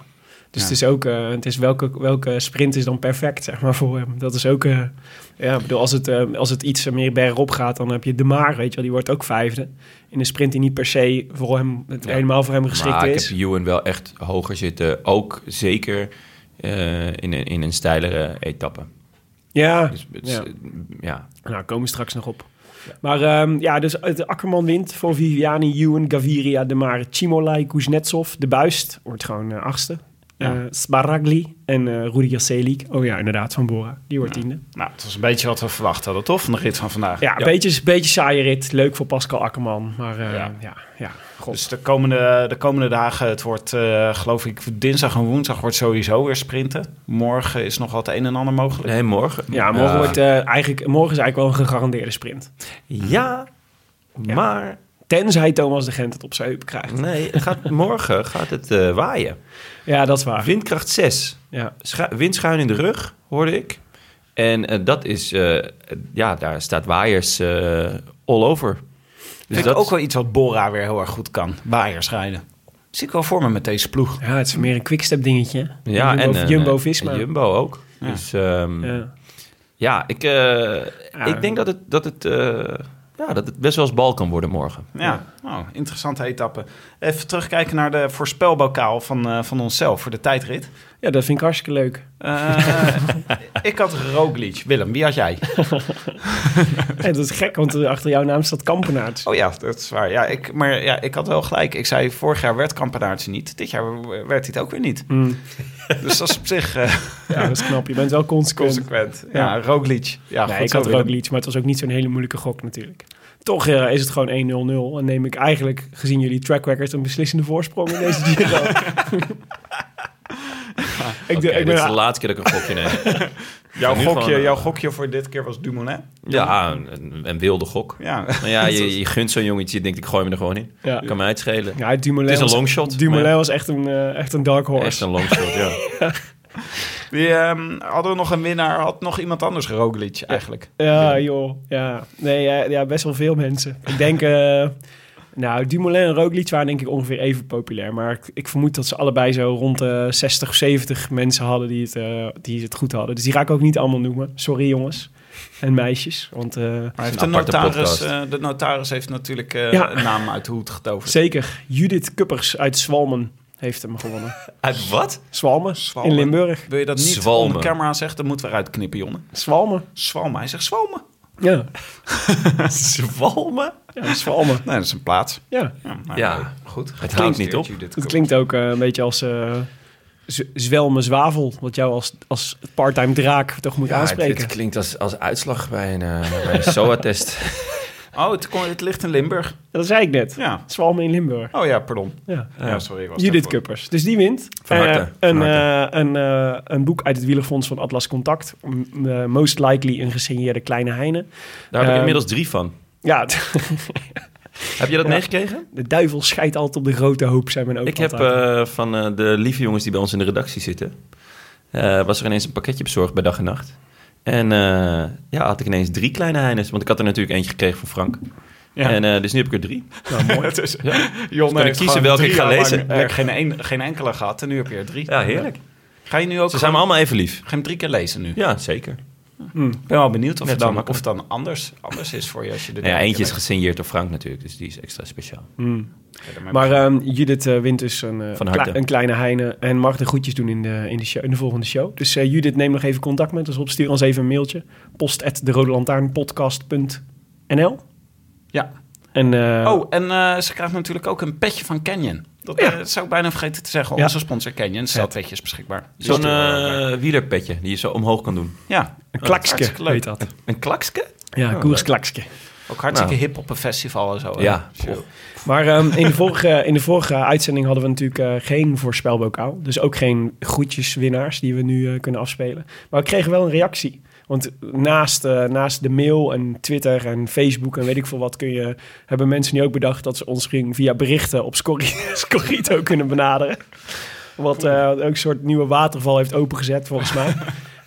Dus Ja. het is ook, uh, het is welke, welke sprint is dan perfect, zeg maar, voor hem. Dat is ook, uh, ja, ik bedoel, als het, uh, als het iets meer bergop gaat, dan heb je De Maar, weet je wel, die wordt ook vijfde. In een sprint die niet per se voor hem, het Ja. helemaal voor hem geschikt maar is. ik heb Ewan wel echt hoger zitten. Ook zeker uh, in, een, in een steilere etappe. Ja, Dus, dus, ja. uh, ja. Nou, komen we straks nog op. Maar um, ja, dus de Akkerman wint voor Viviani, Ewan, Gaviria, De Maar, Cimolai, Kuznetsov. De Buist wordt gewoon uh, achtste. Ja. Uh, Sbaragli en uh, Rudiger Selig. Oh ja, inderdaad, van Bora. Die wordt tiende. Nou, het was een beetje wat we verwacht hadden, toch? Van de rit van vandaag. Ja, een Ja. beetje, beetje saaie rit. Leuk voor Pascal Akkerman. Maar uh, ja, Ja. ja, ja. God. Dus de komende, de komende dagen, het wordt uh, geloof ik dinsdag en woensdag wordt sowieso weer sprinten. Morgen is nog wat een en ander mogelijk. Nee, morgen. Ja, morgen, Uh, wordt, uh, eigenlijk, morgen is eigenlijk wel een gegarandeerde sprint. Ja, Ja. maar... Tenzij Thomas de Gent het op zijn heup krijgt. Nee, het gaat, morgen gaat het uh, waaien. Ja, dat is waar. Windkracht zes. Ja. Schu- windschuin in de rug, hoorde ik. En uh, dat is... Uh, ja, daar staat waaiers uh, all over. Dus Vind ik ook wel iets wat Bora weer heel erg goed kan. Waaiers rijden. Zie ik wel voor me met deze ploeg. Ja, het is meer een quickstep dingetje. Ja, Jumbo, en uh, Jumbo-Visma. en Jumbo ook. Ja. Dus um, ja. Ja. ik, uh, ik denk dat het, dat, het, uh, ja, dat het best wel eens bal kan worden morgen. Ja, oh, interessante etappe. Even terugkijken naar de voorspelbokaal van, uh, van onszelf voor de tijdrit. ja, dat vind ik hartstikke leuk. Uh, ik had Roglic. Willem, wie had jij? Ja, dat is gek, want achter jouw naam staat Kampenaerts. Oh ja, dat is waar. Ja, ik, maar ja, ik had wel gelijk. Ik zei, vorig jaar werd Kampenaerts niet. Dit jaar werd hij het ook weer niet. Mm. Dus dat is op zich uh, Ja, dat is knap. Je bent wel consequent. consequent. Ja. Ja, Roglic. Ja, nee, goed ik zo, had er ook Willem. iets, maar het was ook niet zo'n hele moeilijke gok natuurlijk. Toch uh, is het gewoon één nul nul. En neem ik eigenlijk, gezien jullie track record, een beslissende voorsprong in deze Giro. ik, Oké, doe- ik dit is de ben, laatste keer dat ik een gokje neem. Jouw Nu gokje, gewoon, uh, jouw gokje voor dit keer was Dumoulin? Ja, een, een wilde gok. Ja. Maar ja, je, je gunt zo'n jongetje, je denkt ik gooi me er gewoon in. ja. Kan mij het schelen. Ja, Dumoulin Het is een was- longshot, Dumoulin maar- was echt een, uh, echt een dark horse. Echt een longshot, ja. Die, um, hadden we nog een winnaar? Had nog iemand anders Roglic eigenlijk? Ja, joh. Ja, nee, ja, ja, best wel veel mensen. Ik denk, uh, nou, Dumoulin en Roglic waren denk ik ongeveer even populair. Maar ik, ik vermoed dat ze allebei zo rond de zestig, zeventig mensen hadden die het, uh, die het goed hadden. Dus die ga ik ook niet allemaal noemen. Sorry jongens en meisjes. Want uh, Maar heeft de, een aparte notaris, podcast. uh, de notaris heeft natuurlijk uh, Ja. een naam uit de hoed getoverd. zeker, Judith Kuppers uit Zwalmen heeft hem gewonnen. Uit wat? Zwalmen, Zwalmen. in Limburg. Wil je dat niet Zwalmen. on camera zeggen? Dan moeten we eruit knippen, Jonne. Zwalmen, Zwalmen. Hij zegt Zwalmen. ja. Zwalmen? Ja, Zwalmen, Nee, dat is een plaats. ja. Ja, nou, Ja. nee, goed. Het houdt niet op. Het klinkt ook uh, een beetje als uh, z- zwelmen zwavel. Wat jou als, als part-time draak toch moet Ja, het, aanspreken. het klinkt als, als uitslag bij een, uh, bij een S O A-test. Oh, het, kon- het ligt in Limburg. Dat zei ik net. Ja. Zwalmen in Limburg. Oh ja, pardon. Ja. Ja, sorry. Was Judith daarvoor. Kuppers. Dus die wint. Van harte, Eh, van een, harte. eh, een, eh, een boek uit het wielerfonds van Atlas Contact. M- eh, most likely een gesigneerde Kleine Heine. Daar heb ik Eh, inmiddels drie van. Ja, Heb je dat Ja. meegekregen? de duivel scheidt altijd op de grote hoop, zei mijn ook Ik heb altijd. uh, van uh, de lieve jongens die bij ons in de redactie zitten... Uh, was er ineens een pakketje bezorgd bij Dag en Nacht. En uh, ja, had ik ineens drie Kleine Heines. Want ik had er natuurlijk eentje gekregen van Frank. Ja. En uh, dus nu heb ik er drie. Nou, mooi. Het is, Ja. Jon kan ik heeft kiezen gewoon welke drie ik ga jaar lezen. lang, uh, geen, een, geen enkele gehad en nu heb je er drie. Ja, heerlijk. Ga je nu ook Ze zijn me gewoon- allemaal even lief. ga je hem drie keer lezen nu? Ja, zeker. Hm. Ik ben wel benieuwd of, Net het zo dan, makkelijk. of het dan anders, anders is voor je als je de Nou ja, derde eentje is keer gesigneerd door Frank natuurlijk. Dus die is extra speciaal. Hm. leest. Ja, daarmee Maar ehm, Judith uh, wint dus een, uh, Van kle- harte. een Kleine Heine. En mag de groetjes doen in de, in de, show, in de volgende show. Dus uh, Judith, neem nog even contact met ons op. Stuur ons even een mailtje. Post at de rode lantaarnpodcast punt n l. Ja. En, uh, Oh, en uh, ze krijgt natuurlijk ook een petje van Canyon. Dat, Ja. uh, dat zou ik bijna vergeten te zeggen. Ja. Onze sponsor Canyon stelt petjes beschikbaar. Dus Zo'n die- uh, wielerpetje die je zo omhoog kan doen. ja, een klakske hartstikke leuk. heet dat. Een klakske? Ja, Oh, koersklakske. Ook hartstikke Nou. hip op een festival en zo. hè? Ja. Chill. Maar um, in, de vorige, in de vorige uitzending hadden we natuurlijk uh, geen voorspelbokaal. Dus ook geen groetjeswinnaars die we nu uh, kunnen afspelen. Maar we kregen wel een reactie. Want naast, uh, naast de mail en Twitter en Facebook en weet ik veel wat... Kun je, hebben mensen nu ook bedacht dat ze ons ging via berichten op Scori- Scorito kunnen benaderen. Wat uh, ook een soort nieuwe waterval heeft opengezet volgens mij.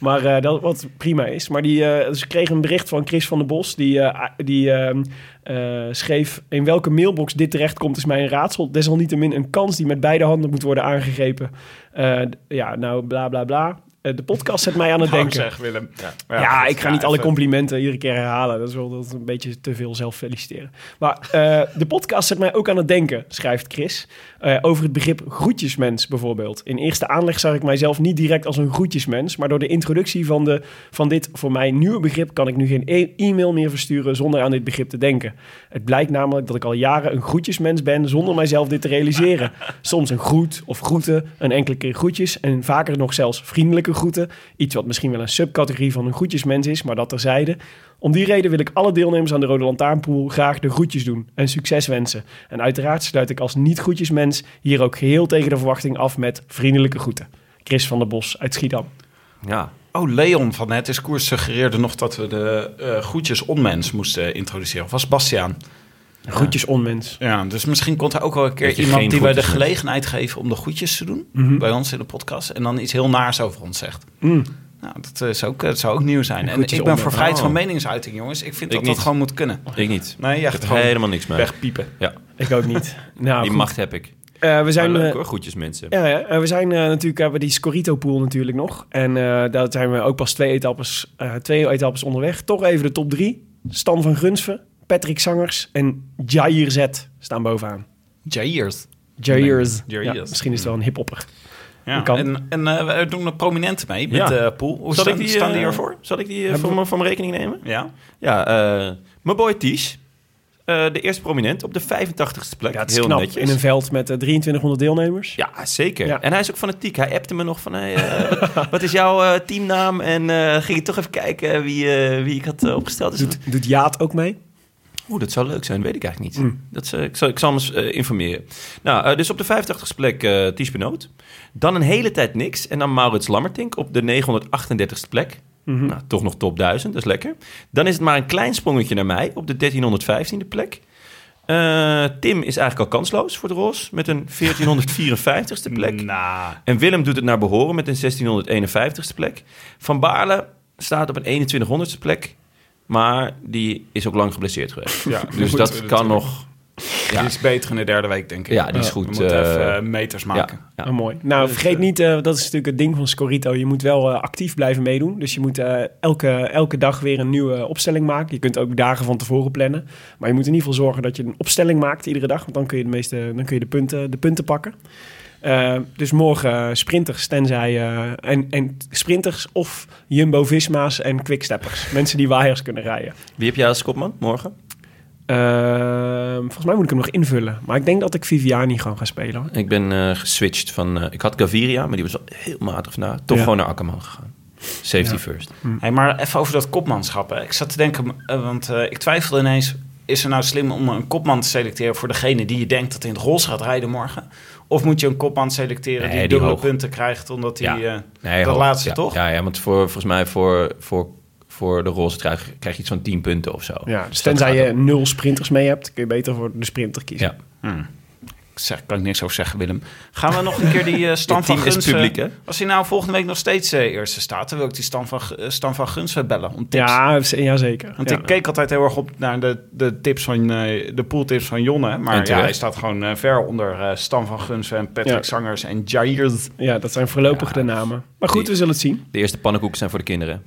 Maar uh, dat wat prima is. Maar die, uh, dus ik kreeg een bericht van Chris van der Bos. Die, uh, die uh, uh, schreef... In welke mailbox dit terechtkomt is mij een raadsel. Desalniettemin een kans die met beide handen moet worden aangegrepen. Uh, ja, nou, bla, bla, bla. Uh, de podcast zet mij aan het Nou, denken. zeg, Willem. Ja, Ja, goed. ik ga Ja, niet alle even- complimenten iedere keer herhalen. Dat is wel dat is een beetje te veel zelf feliciteren. Maar uh, de podcast zet mij ook aan het denken, schrijft Chris. Uh, over het begrip groetjesmens bijvoorbeeld. In eerste aanleg zag ik mijzelf niet direct als een groetjesmens. Maar door de introductie van, de, van dit voor mij nieuwe begrip... kan ik nu geen e- e-mail meer versturen zonder aan dit begrip te denken. Het blijkt namelijk dat ik al jaren een groetjesmens ben... zonder mijzelf dit te realiseren. Soms een groet of groeten, een enkele keer groetjes... en vaker nog zelfs vriendelijke groeten... Iets wat misschien wel een subcategorie van een groetjesmens is, maar dat terzijde. Om die reden wil ik alle deelnemers aan de Rode Lantaarnpool graag de groetjes doen en succes wensen. En uiteraard sluit ik als niet-groetjesmens hier ook geheel tegen de verwachting af met vriendelijke groeten. Chris van der Bos uit Schiedam. Ja, Oh, Leon van Het is Koers suggereerde nog dat we de uh, groetjes onmens moesten introduceren. Of was Bastiaan? Groetjes onmens. Ja, dus misschien komt er ook wel een keer Dat je iemand geen die wij de groetjes mens. gelegenheid geven om de groetjes te doen Mhm. bij ons in de podcast. En dan iets heel naars over ons zegt. Mm. Nou, dat, is ook, dat zou ook nieuw zijn. En Groetjes ik ben onmens. voor vrijheid van Oh. meningsuiting, jongens. Ik vind Ik dat dat niet. gewoon moet kunnen. ik niet. Nee, Ik echt heb gewoon helemaal niks mee. wegpiepen. Ja, Ik ook niet. Nou, die goed. macht heb ik. Uh, we zijn... Maar leuk uh, hoor, groetjes mensen. Ja, ja. Uh, we zijn uh, natuurlijk hebben die Scorito-pool natuurlijk nog. En uh, daar zijn we ook pas twee etappes, uh, twee etappes onderweg. Toch even de top drie. Stan van Grunsven, Patrick Zangers en Jair Z staan bovenaan. Jairs. Jair Z. Nee, Ja, Jair Z. misschien is het wel een hiphopper. Ja, Kan. en, en uh, we doen er prominenten mee met Ja. de pool. Hoe Zal staan, ik die, staan die eh, ervoor? Zal ik die uh, Hebben voor, we- me- voor mijn rekening nemen? Ja. Ja, uh, mijn boy Ties. Uh, de eerste prominent op de vijfentachtigste plek. Ja, het is Heel knap netjes. in een veld met uh, drieëntwintighonderd deelnemers. Ja, zeker. Ja. En hij is ook fanatiek. Hij appte me nog van, hey, uh, wat, wat is jouw uh, teamnaam? En uh, ging ik toch even kijken wie, uh, wie ik had uh, opgesteld. Dus, Doet, doet Jaat ook mee? Oeh, dat zou leuk zijn, weet ik eigenlijk niet. Mm. Dat is, uh, ik, zal, ik zal hem eens uh, informeren. Nou, uh, dus op de vijfentachtigste plek uh, Ties Benoot. Dan een hele tijd niks. En dan Maurits Lammertink op de negenhonderdachtendertigste plek. Mm-hmm. Nou, toch nog top duizend, dat is lekker. Dan is het maar een klein sprongetje naar mij op de dertienhonderdvijftiende plek. Uh, Tim is eigenlijk al kansloos voor de Ros met een veertienhonderdvierenvijftigste plek. Nou, En Willem doet het naar behoren met een zestienhonderdeenenvijftigste plek. Van Baarle staat op een eenentwintighonderdste plek. Maar die is ook lang geblesseerd geweest. ja, Dus dat kan nog... Die is beter in de derde week, denk ik. Ja, die is We goed. moeten uh, even uh, meters maken. Ja, Oh, ja. mooi. Nou, Dus, vergeet uh, niet, uh, dat is natuurlijk het ding van Scorito. Je moet wel uh, actief blijven meedoen. Dus je moet uh, elke, elke dag weer een nieuwe opstelling maken. Je kunt ook dagen van tevoren plannen. Maar je moet in ieder geval zorgen dat je een opstelling maakt iedere dag. Want dan kun je de, meeste, dan kun je de, punten, de punten pakken. Uh, dus morgen uh, sprinters, tenzij... Uh, en, en sprinters of Jumbo-Visma's en quicksteppers. Mensen die waaiers kunnen rijden. Wie heb jij als kopman morgen? Uh, volgens mij moet ik hem nog invullen. Maar ik denk dat ik Viviani gewoon ga spelen. Hoor. Ik ben uh, geswitcht van... Uh, ik had Gaviria, maar die was wel heel matig na. Toch Ja. gewoon naar Akkerman gegaan. Safety Ja. first. Hey, maar even over dat kopmanschap. Hè. Ik zat te denken, uh, want uh, ik twijfelde ineens... Is het nou slim om een kopman te selecteren voor degene die je denkt dat in het roze gaat rijden morgen? Of moet je een kopman selecteren Nee, die die dubbele hoog. punten krijgt omdat hij... Ja. Uh, Nee, dat hoog. laatste, ja, toch? Ja, ja, want voor, volgens mij voor, voor, voor de roze krijg, krijg je iets van tien punten of zo. Ja, dus dat tenzij gaat je nul sprinters mee hebt, kun je beter voor de sprinter kiezen. Ja. Hmm. Ik zeg, kan ik niks over zeggen, Willem. Gaan we nog een keer die uh, Stan Het van team is Gunsven... publiek, hè? Als hij nou volgende week nog steeds uh, eerste staat... dan wil ik die Stan van, uh, Stan van Gunsven bellen om tips. Ja, ja, zeker. Want ja. ik keek altijd heel erg op naar de, de tips van uh, de pooltips van Jonne. En Maar ja, terecht. hij staat gewoon uh, ver onder uh, Stan van Gunsven en Patrick Ja. Zangers en Jair. Ja, dat zijn voorlopig Ja. de namen. Maar goed, Die- we zullen het zien. De eerste pannenkoeken zijn voor de kinderen.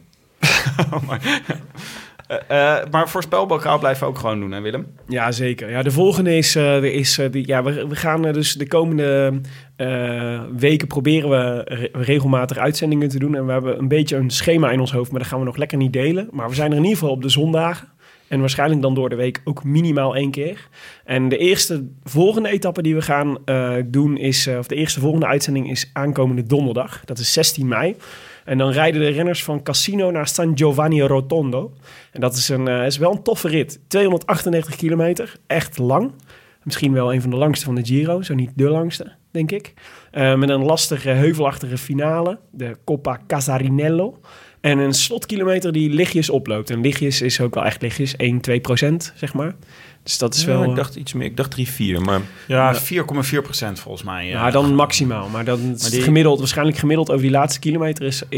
Uh, uh, maar voorspelbokaal blijven we ook gewoon doen, hè Willem? Ja, zeker. Ja, de volgende is... Uh, er is uh, die, ja, we, we gaan uh, dus de komende uh, weken proberen we re- regelmatig uitzendingen te doen. En we hebben een beetje een schema in ons hoofd, maar dat gaan we nog lekker niet delen. Maar we zijn er in ieder geval op de zondagen. En waarschijnlijk dan door de week ook minimaal één keer. En de eerste volgende etappe die we gaan uh, doen is... Uh, of de eerste volgende uitzending is aankomende donderdag. Dat is zestien mei. En dan rijden de renners van Cassino naar San Giovanni Rotondo. En dat is, een, uh, is wel een toffe rit. tweehonderdachtendertig kilometer, echt lang. Misschien wel een van de langste van de Giro. Zo niet de langste, denk ik. Uh, met een lastige, heuvelachtige finale. De Coppa Casarinello. En een slotkilometer die lichtjes oploopt. En lichtjes is ook wel echt lichtjes. één, twee procent, zeg maar. Dus dat is Ja, wel... ik dacht iets meer. Ik dacht drie, vier, maar... Ja, vier komma vier procent volgens mij. Ja, dan maximaal. Maar dan is Maar die- gemiddeld, waarschijnlijk gemiddeld over die laatste kilometer is, is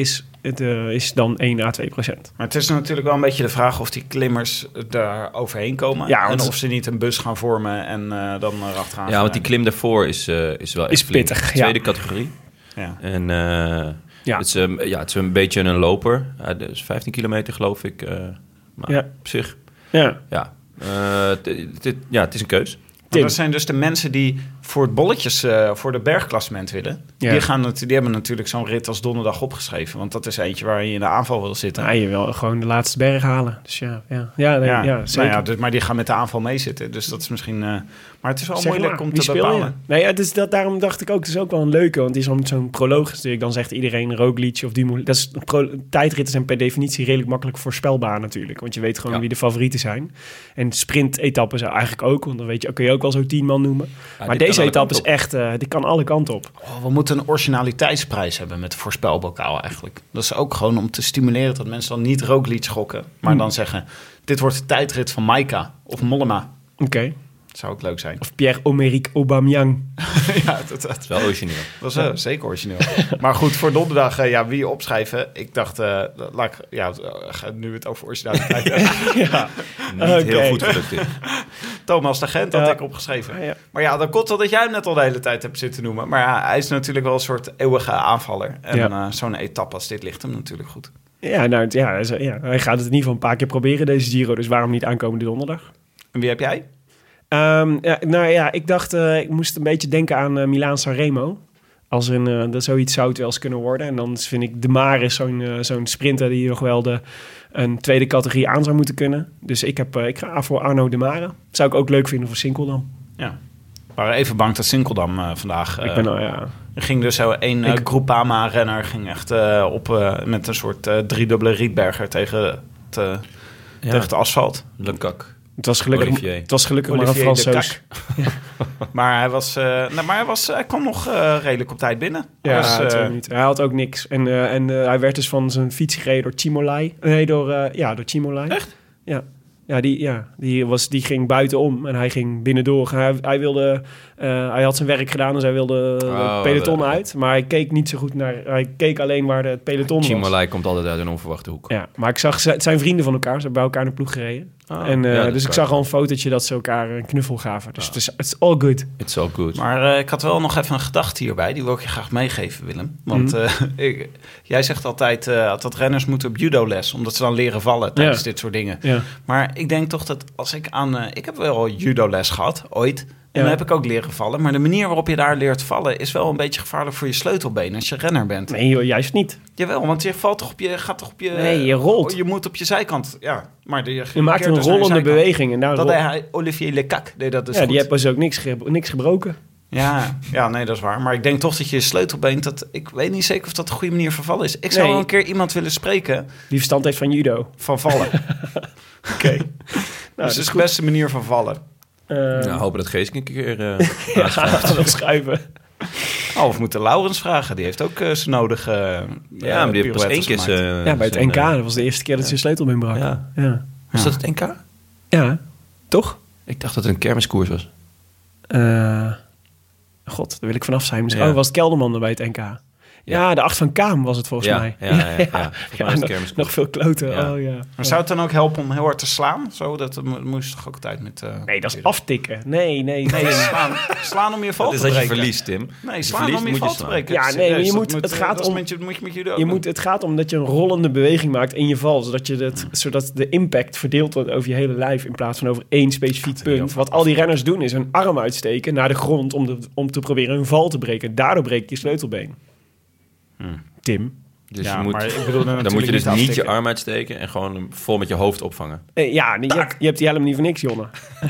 het, uh, is dan één à twee procent. Maar het is natuurlijk wel een beetje de vraag of die klimmers daar overheen komen. Ja, en want- of ze niet een bus gaan vormen en uh, dan erachteraan. Ja, want die klim daarvoor is, uh, is wel Is echt flink. pittig, ja. Tweede categorie. Ja. En uh, Ja. het, is, um, ja, het is een beetje een loper. Uh, dus vijftien kilometer geloof ik. Uh, maar Ja. op zich, Ja. ja. Uh, t- t- ja, het is een keus. Maar dat zijn dus de mensen die voor het bolletjes, uh, voor de bergklassement willen. Ja. Die, gaan het, die hebben natuurlijk zo'n rit als donderdag opgeschreven. Want dat is eentje waar je in de aanval wil zitten. Ja, je wil gewoon de laatste berg halen. Dus ja, ja. ja, nee, ja, ja, zeker. nou ja, dus, maar die gaan met de aanval meezitten. Dus dat is misschien... Uh, maar het is wel Zeg moeilijk maar, om wie te speel bepalen. je? Nee, ja, dus dat, daarom dacht ik ook, het is ook wel een leuke. Want die is om zo'n proloog natuurlijk. Dan zegt iedereen Roglic of Dumoulin. Dat is, pro, tijdritten zijn per definitie redelijk makkelijk voorspelbaar natuurlijk. Want je weet gewoon Ja. wie de favorieten zijn. En sprintetappen zijn eigenlijk ook. Want dan weet je, kun je ook wel zo tien man noemen. Ja, maar dit deze kan alle etappe is kanten op. echt, uh, die kan alle kanten op. Oh, we moeten een originaliteitsprijs hebben met voorspelbokaal eigenlijk. Dat is ook gewoon om te stimuleren dat mensen dan niet Roglic schokken. Maar Hmm. dan zeggen, dit wordt de tijdrit van Maika of Mollema. Oké. Okay. Dat zou ook leuk zijn. Of Pierre-Emerick Aubameyang. ja, dat, dat Het is wel origineel. was uh, zeker origineel. Maar goed, voor donderdag, uh, ja, wie opschrijven? Ik dacht, uh, laat ik, ja, uh, ga nu het over originaliteit hebben. ja. Niet Oké. heel goed gelukt dit. Thomas de Gent had Ja. ik opgeschreven. Ah, ja. Maar ja, dan komt wel dat jij hem net al de hele tijd hebt zitten noemen. Maar ja, hij is natuurlijk wel een soort eeuwige aanvaller. En Ja. uh, zo'n etappe als dit ligt hem natuurlijk goed. Ja, nou, ja, hij is- ja, hij gaat het in ieder geval een paar keer proberen, deze Giro. Dus waarom niet aankomende donderdag? En wie heb jij? Um, ja, nou ja, ik dacht, uh, ik moest een beetje denken aan uh, Milaan-San Remo. Als een, uh, dat zoiets zou het wel eens kunnen worden. En dan vind ik de Maris zo'n, uh, zo'n sprinter die nog wel de, een tweede categorie aan zou moeten kunnen. Dus ik, heb, uh, ik ga voor Arno de Mare. Zou ik ook leuk vinden voor Sinkeldam. Ja. We waren even bang dat Sinkeldam uh, vandaag... Uh, ik ben, uh, ja. Er ging dus zo één uh, Ik- Groupama-renner ging echt uh, op uh, met een soort uh, driedubbele Rietberger tegen het, uh, Ja. tegen het asfalt. Le Cac. Het was gelukkig, Olivier. het was gelukkig Olivier maar een de Fransoos. Maar hij was, uh, nou, maar hij was, hij kwam nog uh, redelijk op tijd binnen. Ja, Hij was, uh, twee minuten. Hij had ook niks. En, uh, en uh, hij werd dus van zijn fiets gereden door Chimolai. Nee, door, uh, ja, door Chimolai. Echt? Ja. Ja, die, ja die, was, die ging buitenom en hij ging binnendoor. Hij, hij, wilde, uh, hij had zijn werk gedaan, dus hij wilde Oh, het peloton de- uit. Maar hij keek niet zo goed naar... Hij keek alleen waar de, het peloton was. Chimolai komt altijd uit een onverwachte hoek. Ja, maar ik zag... Het zijn vrienden van elkaar. Ze hebben bij elkaar in de ploeg gereden. Ah, en, uh, ja, dat dus is ik waar. zag al een fotootje dat ze elkaar een knuffel gaven. Dus het is it's all good. It's all good. Maar uh, ik had wel nog even een gedachte hierbij. Die wil ik je graag meegeven, Willem. Want Mhm. uh, ik, jij zegt altijd uh, dat renners moeten op judo-les. Omdat ze dan leren vallen tijdens Ja. dit soort dingen. Ja. Maar ik denk toch dat als ik aan... Uh, ik heb wel judo-les gehad, ooit. En Ja. dan heb ik ook leren vallen. Maar de manier waarop je daar leert vallen... is wel een beetje gevaarlijk voor je sleutelbeen als je renner bent. Nee, joh, juist niet. Jawel, want je valt toch op je... gaat toch op je Nee, je rolt. Je moet op je zijkant... Ja, maar de, je, Je maakt keert een dus naar je rollende zijkant. beweging. En daar Dat rol- deed hij, Olivier Lecac deed dat dus ja, goed. die hebben dus ook niks, ge- niks gebroken. Ja, ja, nee, dat is waar. Maar ik denk toch dat je sleutelbeen... Dat, ik weet niet zeker of dat een goede manier van vallen is. Ik zou Nee. wel een keer iemand willen spreken Die verstand heeft van judo. van vallen. Oké. nou, Nou, dat is de beste manier van vallen. Uh, Nou, hopen dat Geesink een keer... Uh, ja, gaan we schuiven. Oh, of we moeten Laurens vragen. Die heeft ook uh, zijn nodige uh, ja, maar die heeft pas één keer pirouettes zijn... Ja, bij het zijn, N K. uh, Dat was de eerste keer dat ze een sleutelbeen brak. Ja. Ja. Was dat het N K? Ja, toch? Ik dacht dat het een kermiskoers was. Uh, God, daar wil ik vanaf zijn. Ja. Oh, was het Kelderman er bij het N K? Ja, Ja. de acht van Kaam was het volgens Ja, mij. ja, ja, ja. Volgens mij was het nog, kermiskoers. nog veel kloten. Ja. Oh, ja. Maar zou het dan ook helpen om heel hard te slaan? Zo, dat mo- moest je toch ook altijd met... Uh, Nee, dat is aftikken. Nee, nee. Nee, slaan, slaan om je val Dat is te dat je breken. verliest, Tim. Nee, Als je slaan verliest, om je moet val je te slaan. breken. Ja, nee, Serieus, maar je dat moet- het eh, gaat dat is om- met je, moet je met judo Je doen. moet, het gaat om dat je een rollende beweging maakt in je val. Zodat, je dat, zodat de impact verdeeld wordt over je hele lijf. In plaats van over één specifiek punt. Wat al die renners doen is een arm uitsteken naar de grond. Om, de, om te proberen een val te breken. Daardoor breek je je sleutelbeen. Hmm. Tim. Dus Ja, je moet, maar ik bedoel dan dan moet je dus natuurlijk niet niet je aftikken. arm uitsteken en gewoon hem vol met je hoofd opvangen. Eh, ja, je hebt, je hebt die helm niet voor niks, Jonne.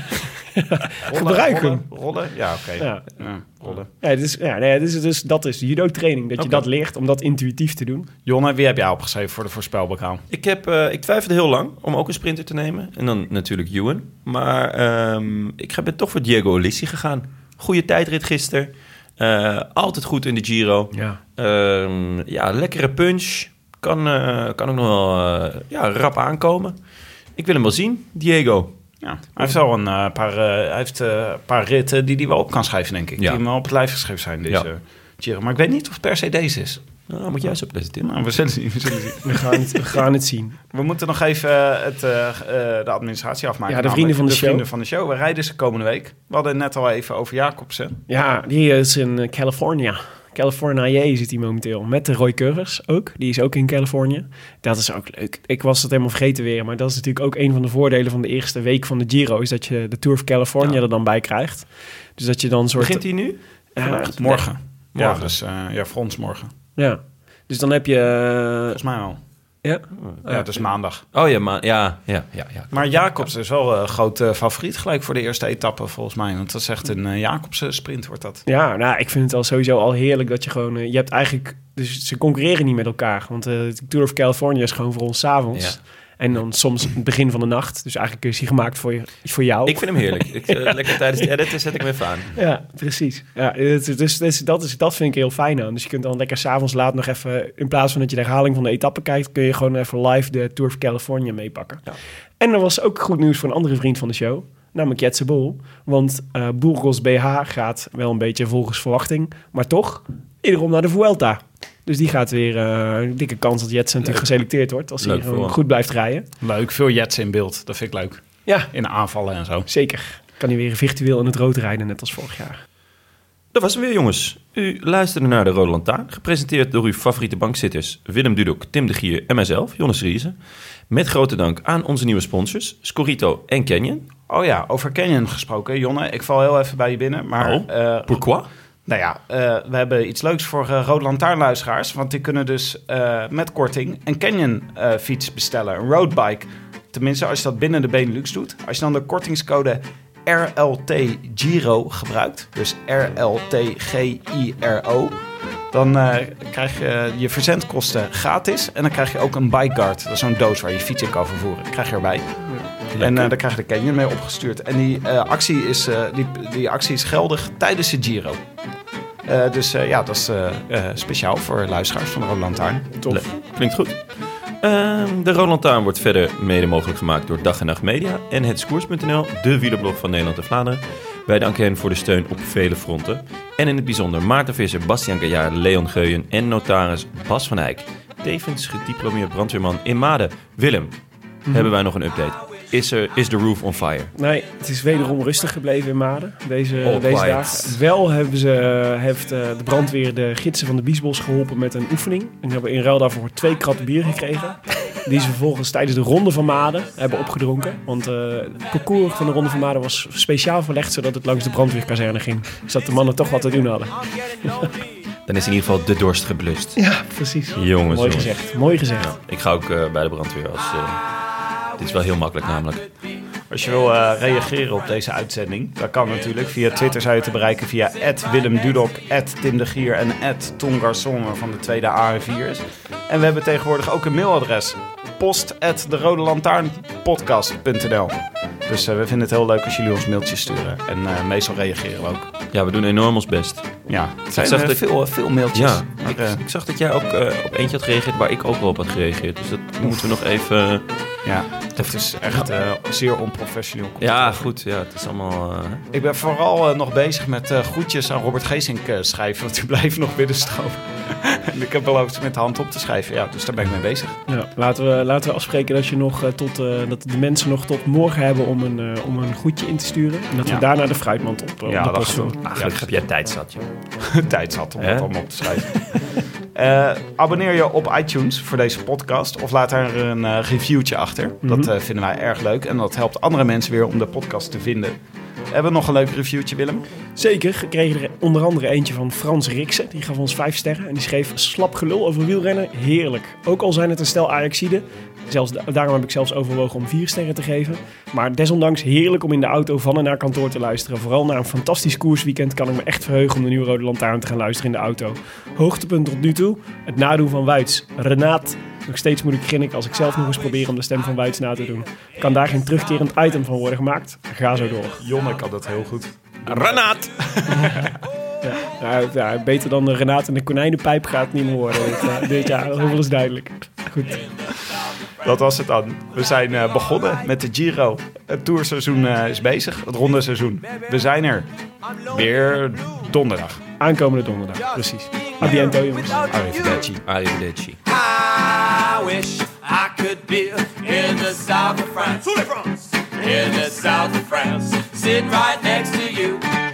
Gebruik hem. Rollen, rollen? Ja, oké. Ja. Ja, rollen. Ja, het is, ja, nee, het is, dus, dat is judo-training. Dat je Oké. dat leert om dat intuïtief te doen. Jonne, wie heb jij opgeschreven voor de voorspelbokaal? Ik, heb, uh, ik twijfelde heel lang om ook een sprinter te nemen. En dan natuurlijk Ewan. Maar um, ik ben toch voor Diego Ulissi gegaan. Goede tijdrit gisteren. Uh, altijd goed in de Giro. Ja. Uh, ja, lekkere punch. Kan, uh, kan ook nog wel uh, ja, rap aankomen. Ik wil hem wel zien, Diego. Ja, hij heeft wel een uh, paar, uh, hij heeft, uh, paar ritten die hij wel op kan schrijven, denk ik. Ja. Die hem wel op het lijf geschreven zijn, deze Ja. Giro. Maar ik weet niet of het per se deze is. Nou, moet jij eens opletten, Tim. Nou, we zullen zien, we zullen zien. We gaan het, we gaan het zien. We moeten nog even uh, het, uh, uh, de administratie afmaken. Ja, de vrienden van de, de show. vrienden van de show. We rijden ze komende week. We hadden het net al even over Jacobsen. Ja, die is in California. California zit hij momenteel. Met de Roy Curvers ook. Die is ook in Californië. Dat is ook leuk. Ik was het helemaal vergeten weer. Maar dat is natuurlijk ook een van de voordelen van de eerste week van de Giro. Is dat je de Tour of California ja. er dan bij krijgt. Dus dat je dan een soort... Begint hij nu? Ja, Morgen. Morgen. Ja, Morgen. dus uh, ja, voor ons morgen. ja. Dus dan heb je... uh, Volgens mij wel. ja. Ja, dus maandag. Oh ja, maar ja, ja, ja, ja. Maar Jacobsen is wel een groot uh, favoriet gelijk voor de eerste etappe volgens mij. Want dat is echt een uh, Jacobsen sprint wordt dat. Ja, nou, ik vind het al sowieso al heerlijk dat je gewoon... Uh, je hebt eigenlijk... Dus ze concurreren niet met elkaar. Want uh, de Tour of California is gewoon voor ons 's avonds. Ja. En dan soms het begin van de nacht. Dus eigenlijk is hij gemaakt voor, je, voor jou. Ik vind hem heerlijk. Ik, uh, lekker tijdens het editen zet ik hem even aan. Ja, precies. Ja, dus, dus, dus dat, is, dat vind ik heel fijn aan. Dus je kunt dan lekker 's avonds laat nog even... In plaats van dat je de herhaling van de etappe kijkt... kun je gewoon even live de Tour of California meepakken. Ja. En er was ook goed nieuws voor een andere vriend van de show. Namelijk Jetse Bol. Want uh, Burgos B H gaat wel een beetje volgens verwachting. Maar toch, iedereen naar de Vuelta. Dus die gaat weer uh, een dikke kans dat Jetse natuurlijk geselecteerd wordt. Als Leuk hij gewoon voor goed blijft rijden. Leuk, veel jets in beeld. Dat vind ik leuk. Ja, In aanvallen en zo. zeker. Kan hij weer virtueel in het rood rijden, net als vorig jaar. Dat was hem weer, jongens. U luisterde naar de Rode Lantaarn, gepresenteerd door uw favoriete bankzitters Willem Dudok, Tim de Gier en mijzelf, Jonas Riese. Met grote dank aan onze nieuwe sponsors, Scorito en Canyon. Oh ja, over Canyon gesproken. Jonne, ik val heel even bij je binnen. Maar, Oh, uh, Pourquoi? Nou ja, uh, we hebben iets leuks voor uh, Rode Lantaarnluisteraars. Want die kunnen dus uh, met korting een Canyon uh, fiets bestellen. Een roadbike. Tenminste, als je dat binnen de Benelux doet. Als je dan de kortingscode R L T Giro gebruikt. Dus R L T G I R O. Dan uh, krijg je je verzendkosten gratis. En dan krijg je ook een bikeguard. Dat is zo'n doos waar je fiets in kan vervoeren. Dat krijg je erbij. En uh, daar krijg je de Canyon mee opgestuurd. En die, uh, actie, is, uh, die, die actie is geldig tijdens de Giro. Uh, dus uh, ja, dat is uh, uh, speciaal voor luisteraars van de Rode Lantaarn. Tof. Klinkt goed. Uh, de Rode Lantaarn wordt verder mede mogelijk gemaakt door Dag en Nacht Media en Hetskoers punt n l, de wielerblog van Nederland en Vlaanderen. Wij danken hen voor de steun op vele fronten. En in het bijzonder Maarten Visser, Bastiaan Gaillard, Leon Geuyen en notaris Bas van Eyck. Tevens gediplomeerd brandweerman in Maden. Willem, mm-hmm. hebben wij nog een update? Is, er, is de roof on fire? Nee, het is wederom rustig gebleven in Maden deze, All deze quiet. dagen. Wel hebben ze, heeft uh, de brandweer de gidsen van de Biesbos geholpen met een oefening. En hebben in ruil daarvoor twee kratten bier gekregen. Die ze vervolgens tijdens de Ronde van Maden hebben opgedronken. Want uh, het parcours van de Ronde van Maden was speciaal verlegd zodat het langs de brandweerkazerne ging. Zodat de mannen toch wat te doen hadden. Dan is in ieder geval de dorst geblust. Ja, precies. Jongens, Mooi jongens. gezegd. Mooi gezegd. Ja, ik ga ook uh, bij de brandweer als... Uh, dit is wel heel makkelijk namelijk. Als je wil uh, reageren op deze uitzending, dat kan natuurlijk. Via Twitter zou je te bereiken via at Willem Dudok, at Tim de Gier en at Tom Garçon, waarvan de tweede A en vier is. En we hebben tegenwoordig ook een mailadres. Post at de Rode Lantaarn podcast punt n l. Dus uh, we vinden het heel leuk als jullie ons mailtjes sturen. En uh, meestal reageren we ook. Ja, we doen enorm ons best. Ja, het zijn zag uh, dat- veel, veel mailtjes. Ja, Maar, ik, uh, ik zag dat jij ook uh, op eentje had gereageerd waar ik ook wel op had gereageerd. Dus dat moeten we nog even... Uh, ja, het is echt uh, zeer onprofessioneel. ja, goed. Ja, het is allemaal... Uh, Ik ben vooral uh, nog bezig met uh, groetjes aan Robert Geesink uh, schrijven, want die blijven nog binnenstromen. En ik heb beloofd ze met de hand op te schrijven, ja, dus daar ben ik mee bezig. Ja, laten, we, laten we afspreken dat, je nog, uh, tot, uh, dat de mensen nog tot morgen hebben om een, uh, om een goedje in te sturen. En dat Ja. we daarna de fruitmand op, uh, Ja, op de dat post doen. is Gelukkig heb jij tijd zat, joh. Tijd zat om Hè? dat allemaal op te schrijven. Uh, abonneer je op iTunes voor deze podcast of laat daar een uh, reviewtje achter. Mm-hmm. Dat uh, vinden wij erg leuk en dat helpt andere mensen weer om de podcast te vinden. Hebben we nog een leuk reviewtje, Willem? Zeker, we kregen er onder andere eentje van Frans Riksen. Die gaf ons vijf sterren en die schreef slap gelul over wielrennen. Heerlijk. Ook al zijn het een stel Ajaxiden. Zelfs, daarom heb ik zelfs overwogen om vier sterren te geven. Maar desondanks heerlijk om in de auto van en naar kantoor te luisteren. Vooral na een fantastisch koersweekend kan ik me echt verheugen om de nieuwe Rode Lantaarn te gaan luisteren in de auto. Hoogtepunt tot nu toe, het nadoen van Wuits. Renaat. Nog steeds moet ik grinniken als ik zelf nog eens probeer om de stem van Wuits na te doen. Kan daar geen terugkerend item van worden gemaakt? Ga zo door. Jonne kan dat heel goed. Renaat! Ja, ja, beter dan de Renaat en de konijnenpijp gaat het niet meer worden dit, uh, dit jaar. Zoveel is duidelijk. Goed. Dat was het dan. We zijn uh, begonnen met de Giro. Het tourseizoen uh, is bezig, het rondeseizoen. We zijn er weer donderdag. Aankomende donderdag, precies. A biento, jongens. Arrivederci. Arrivederci. I wish I could be in the south of France. In the south of France, sitting right next to you.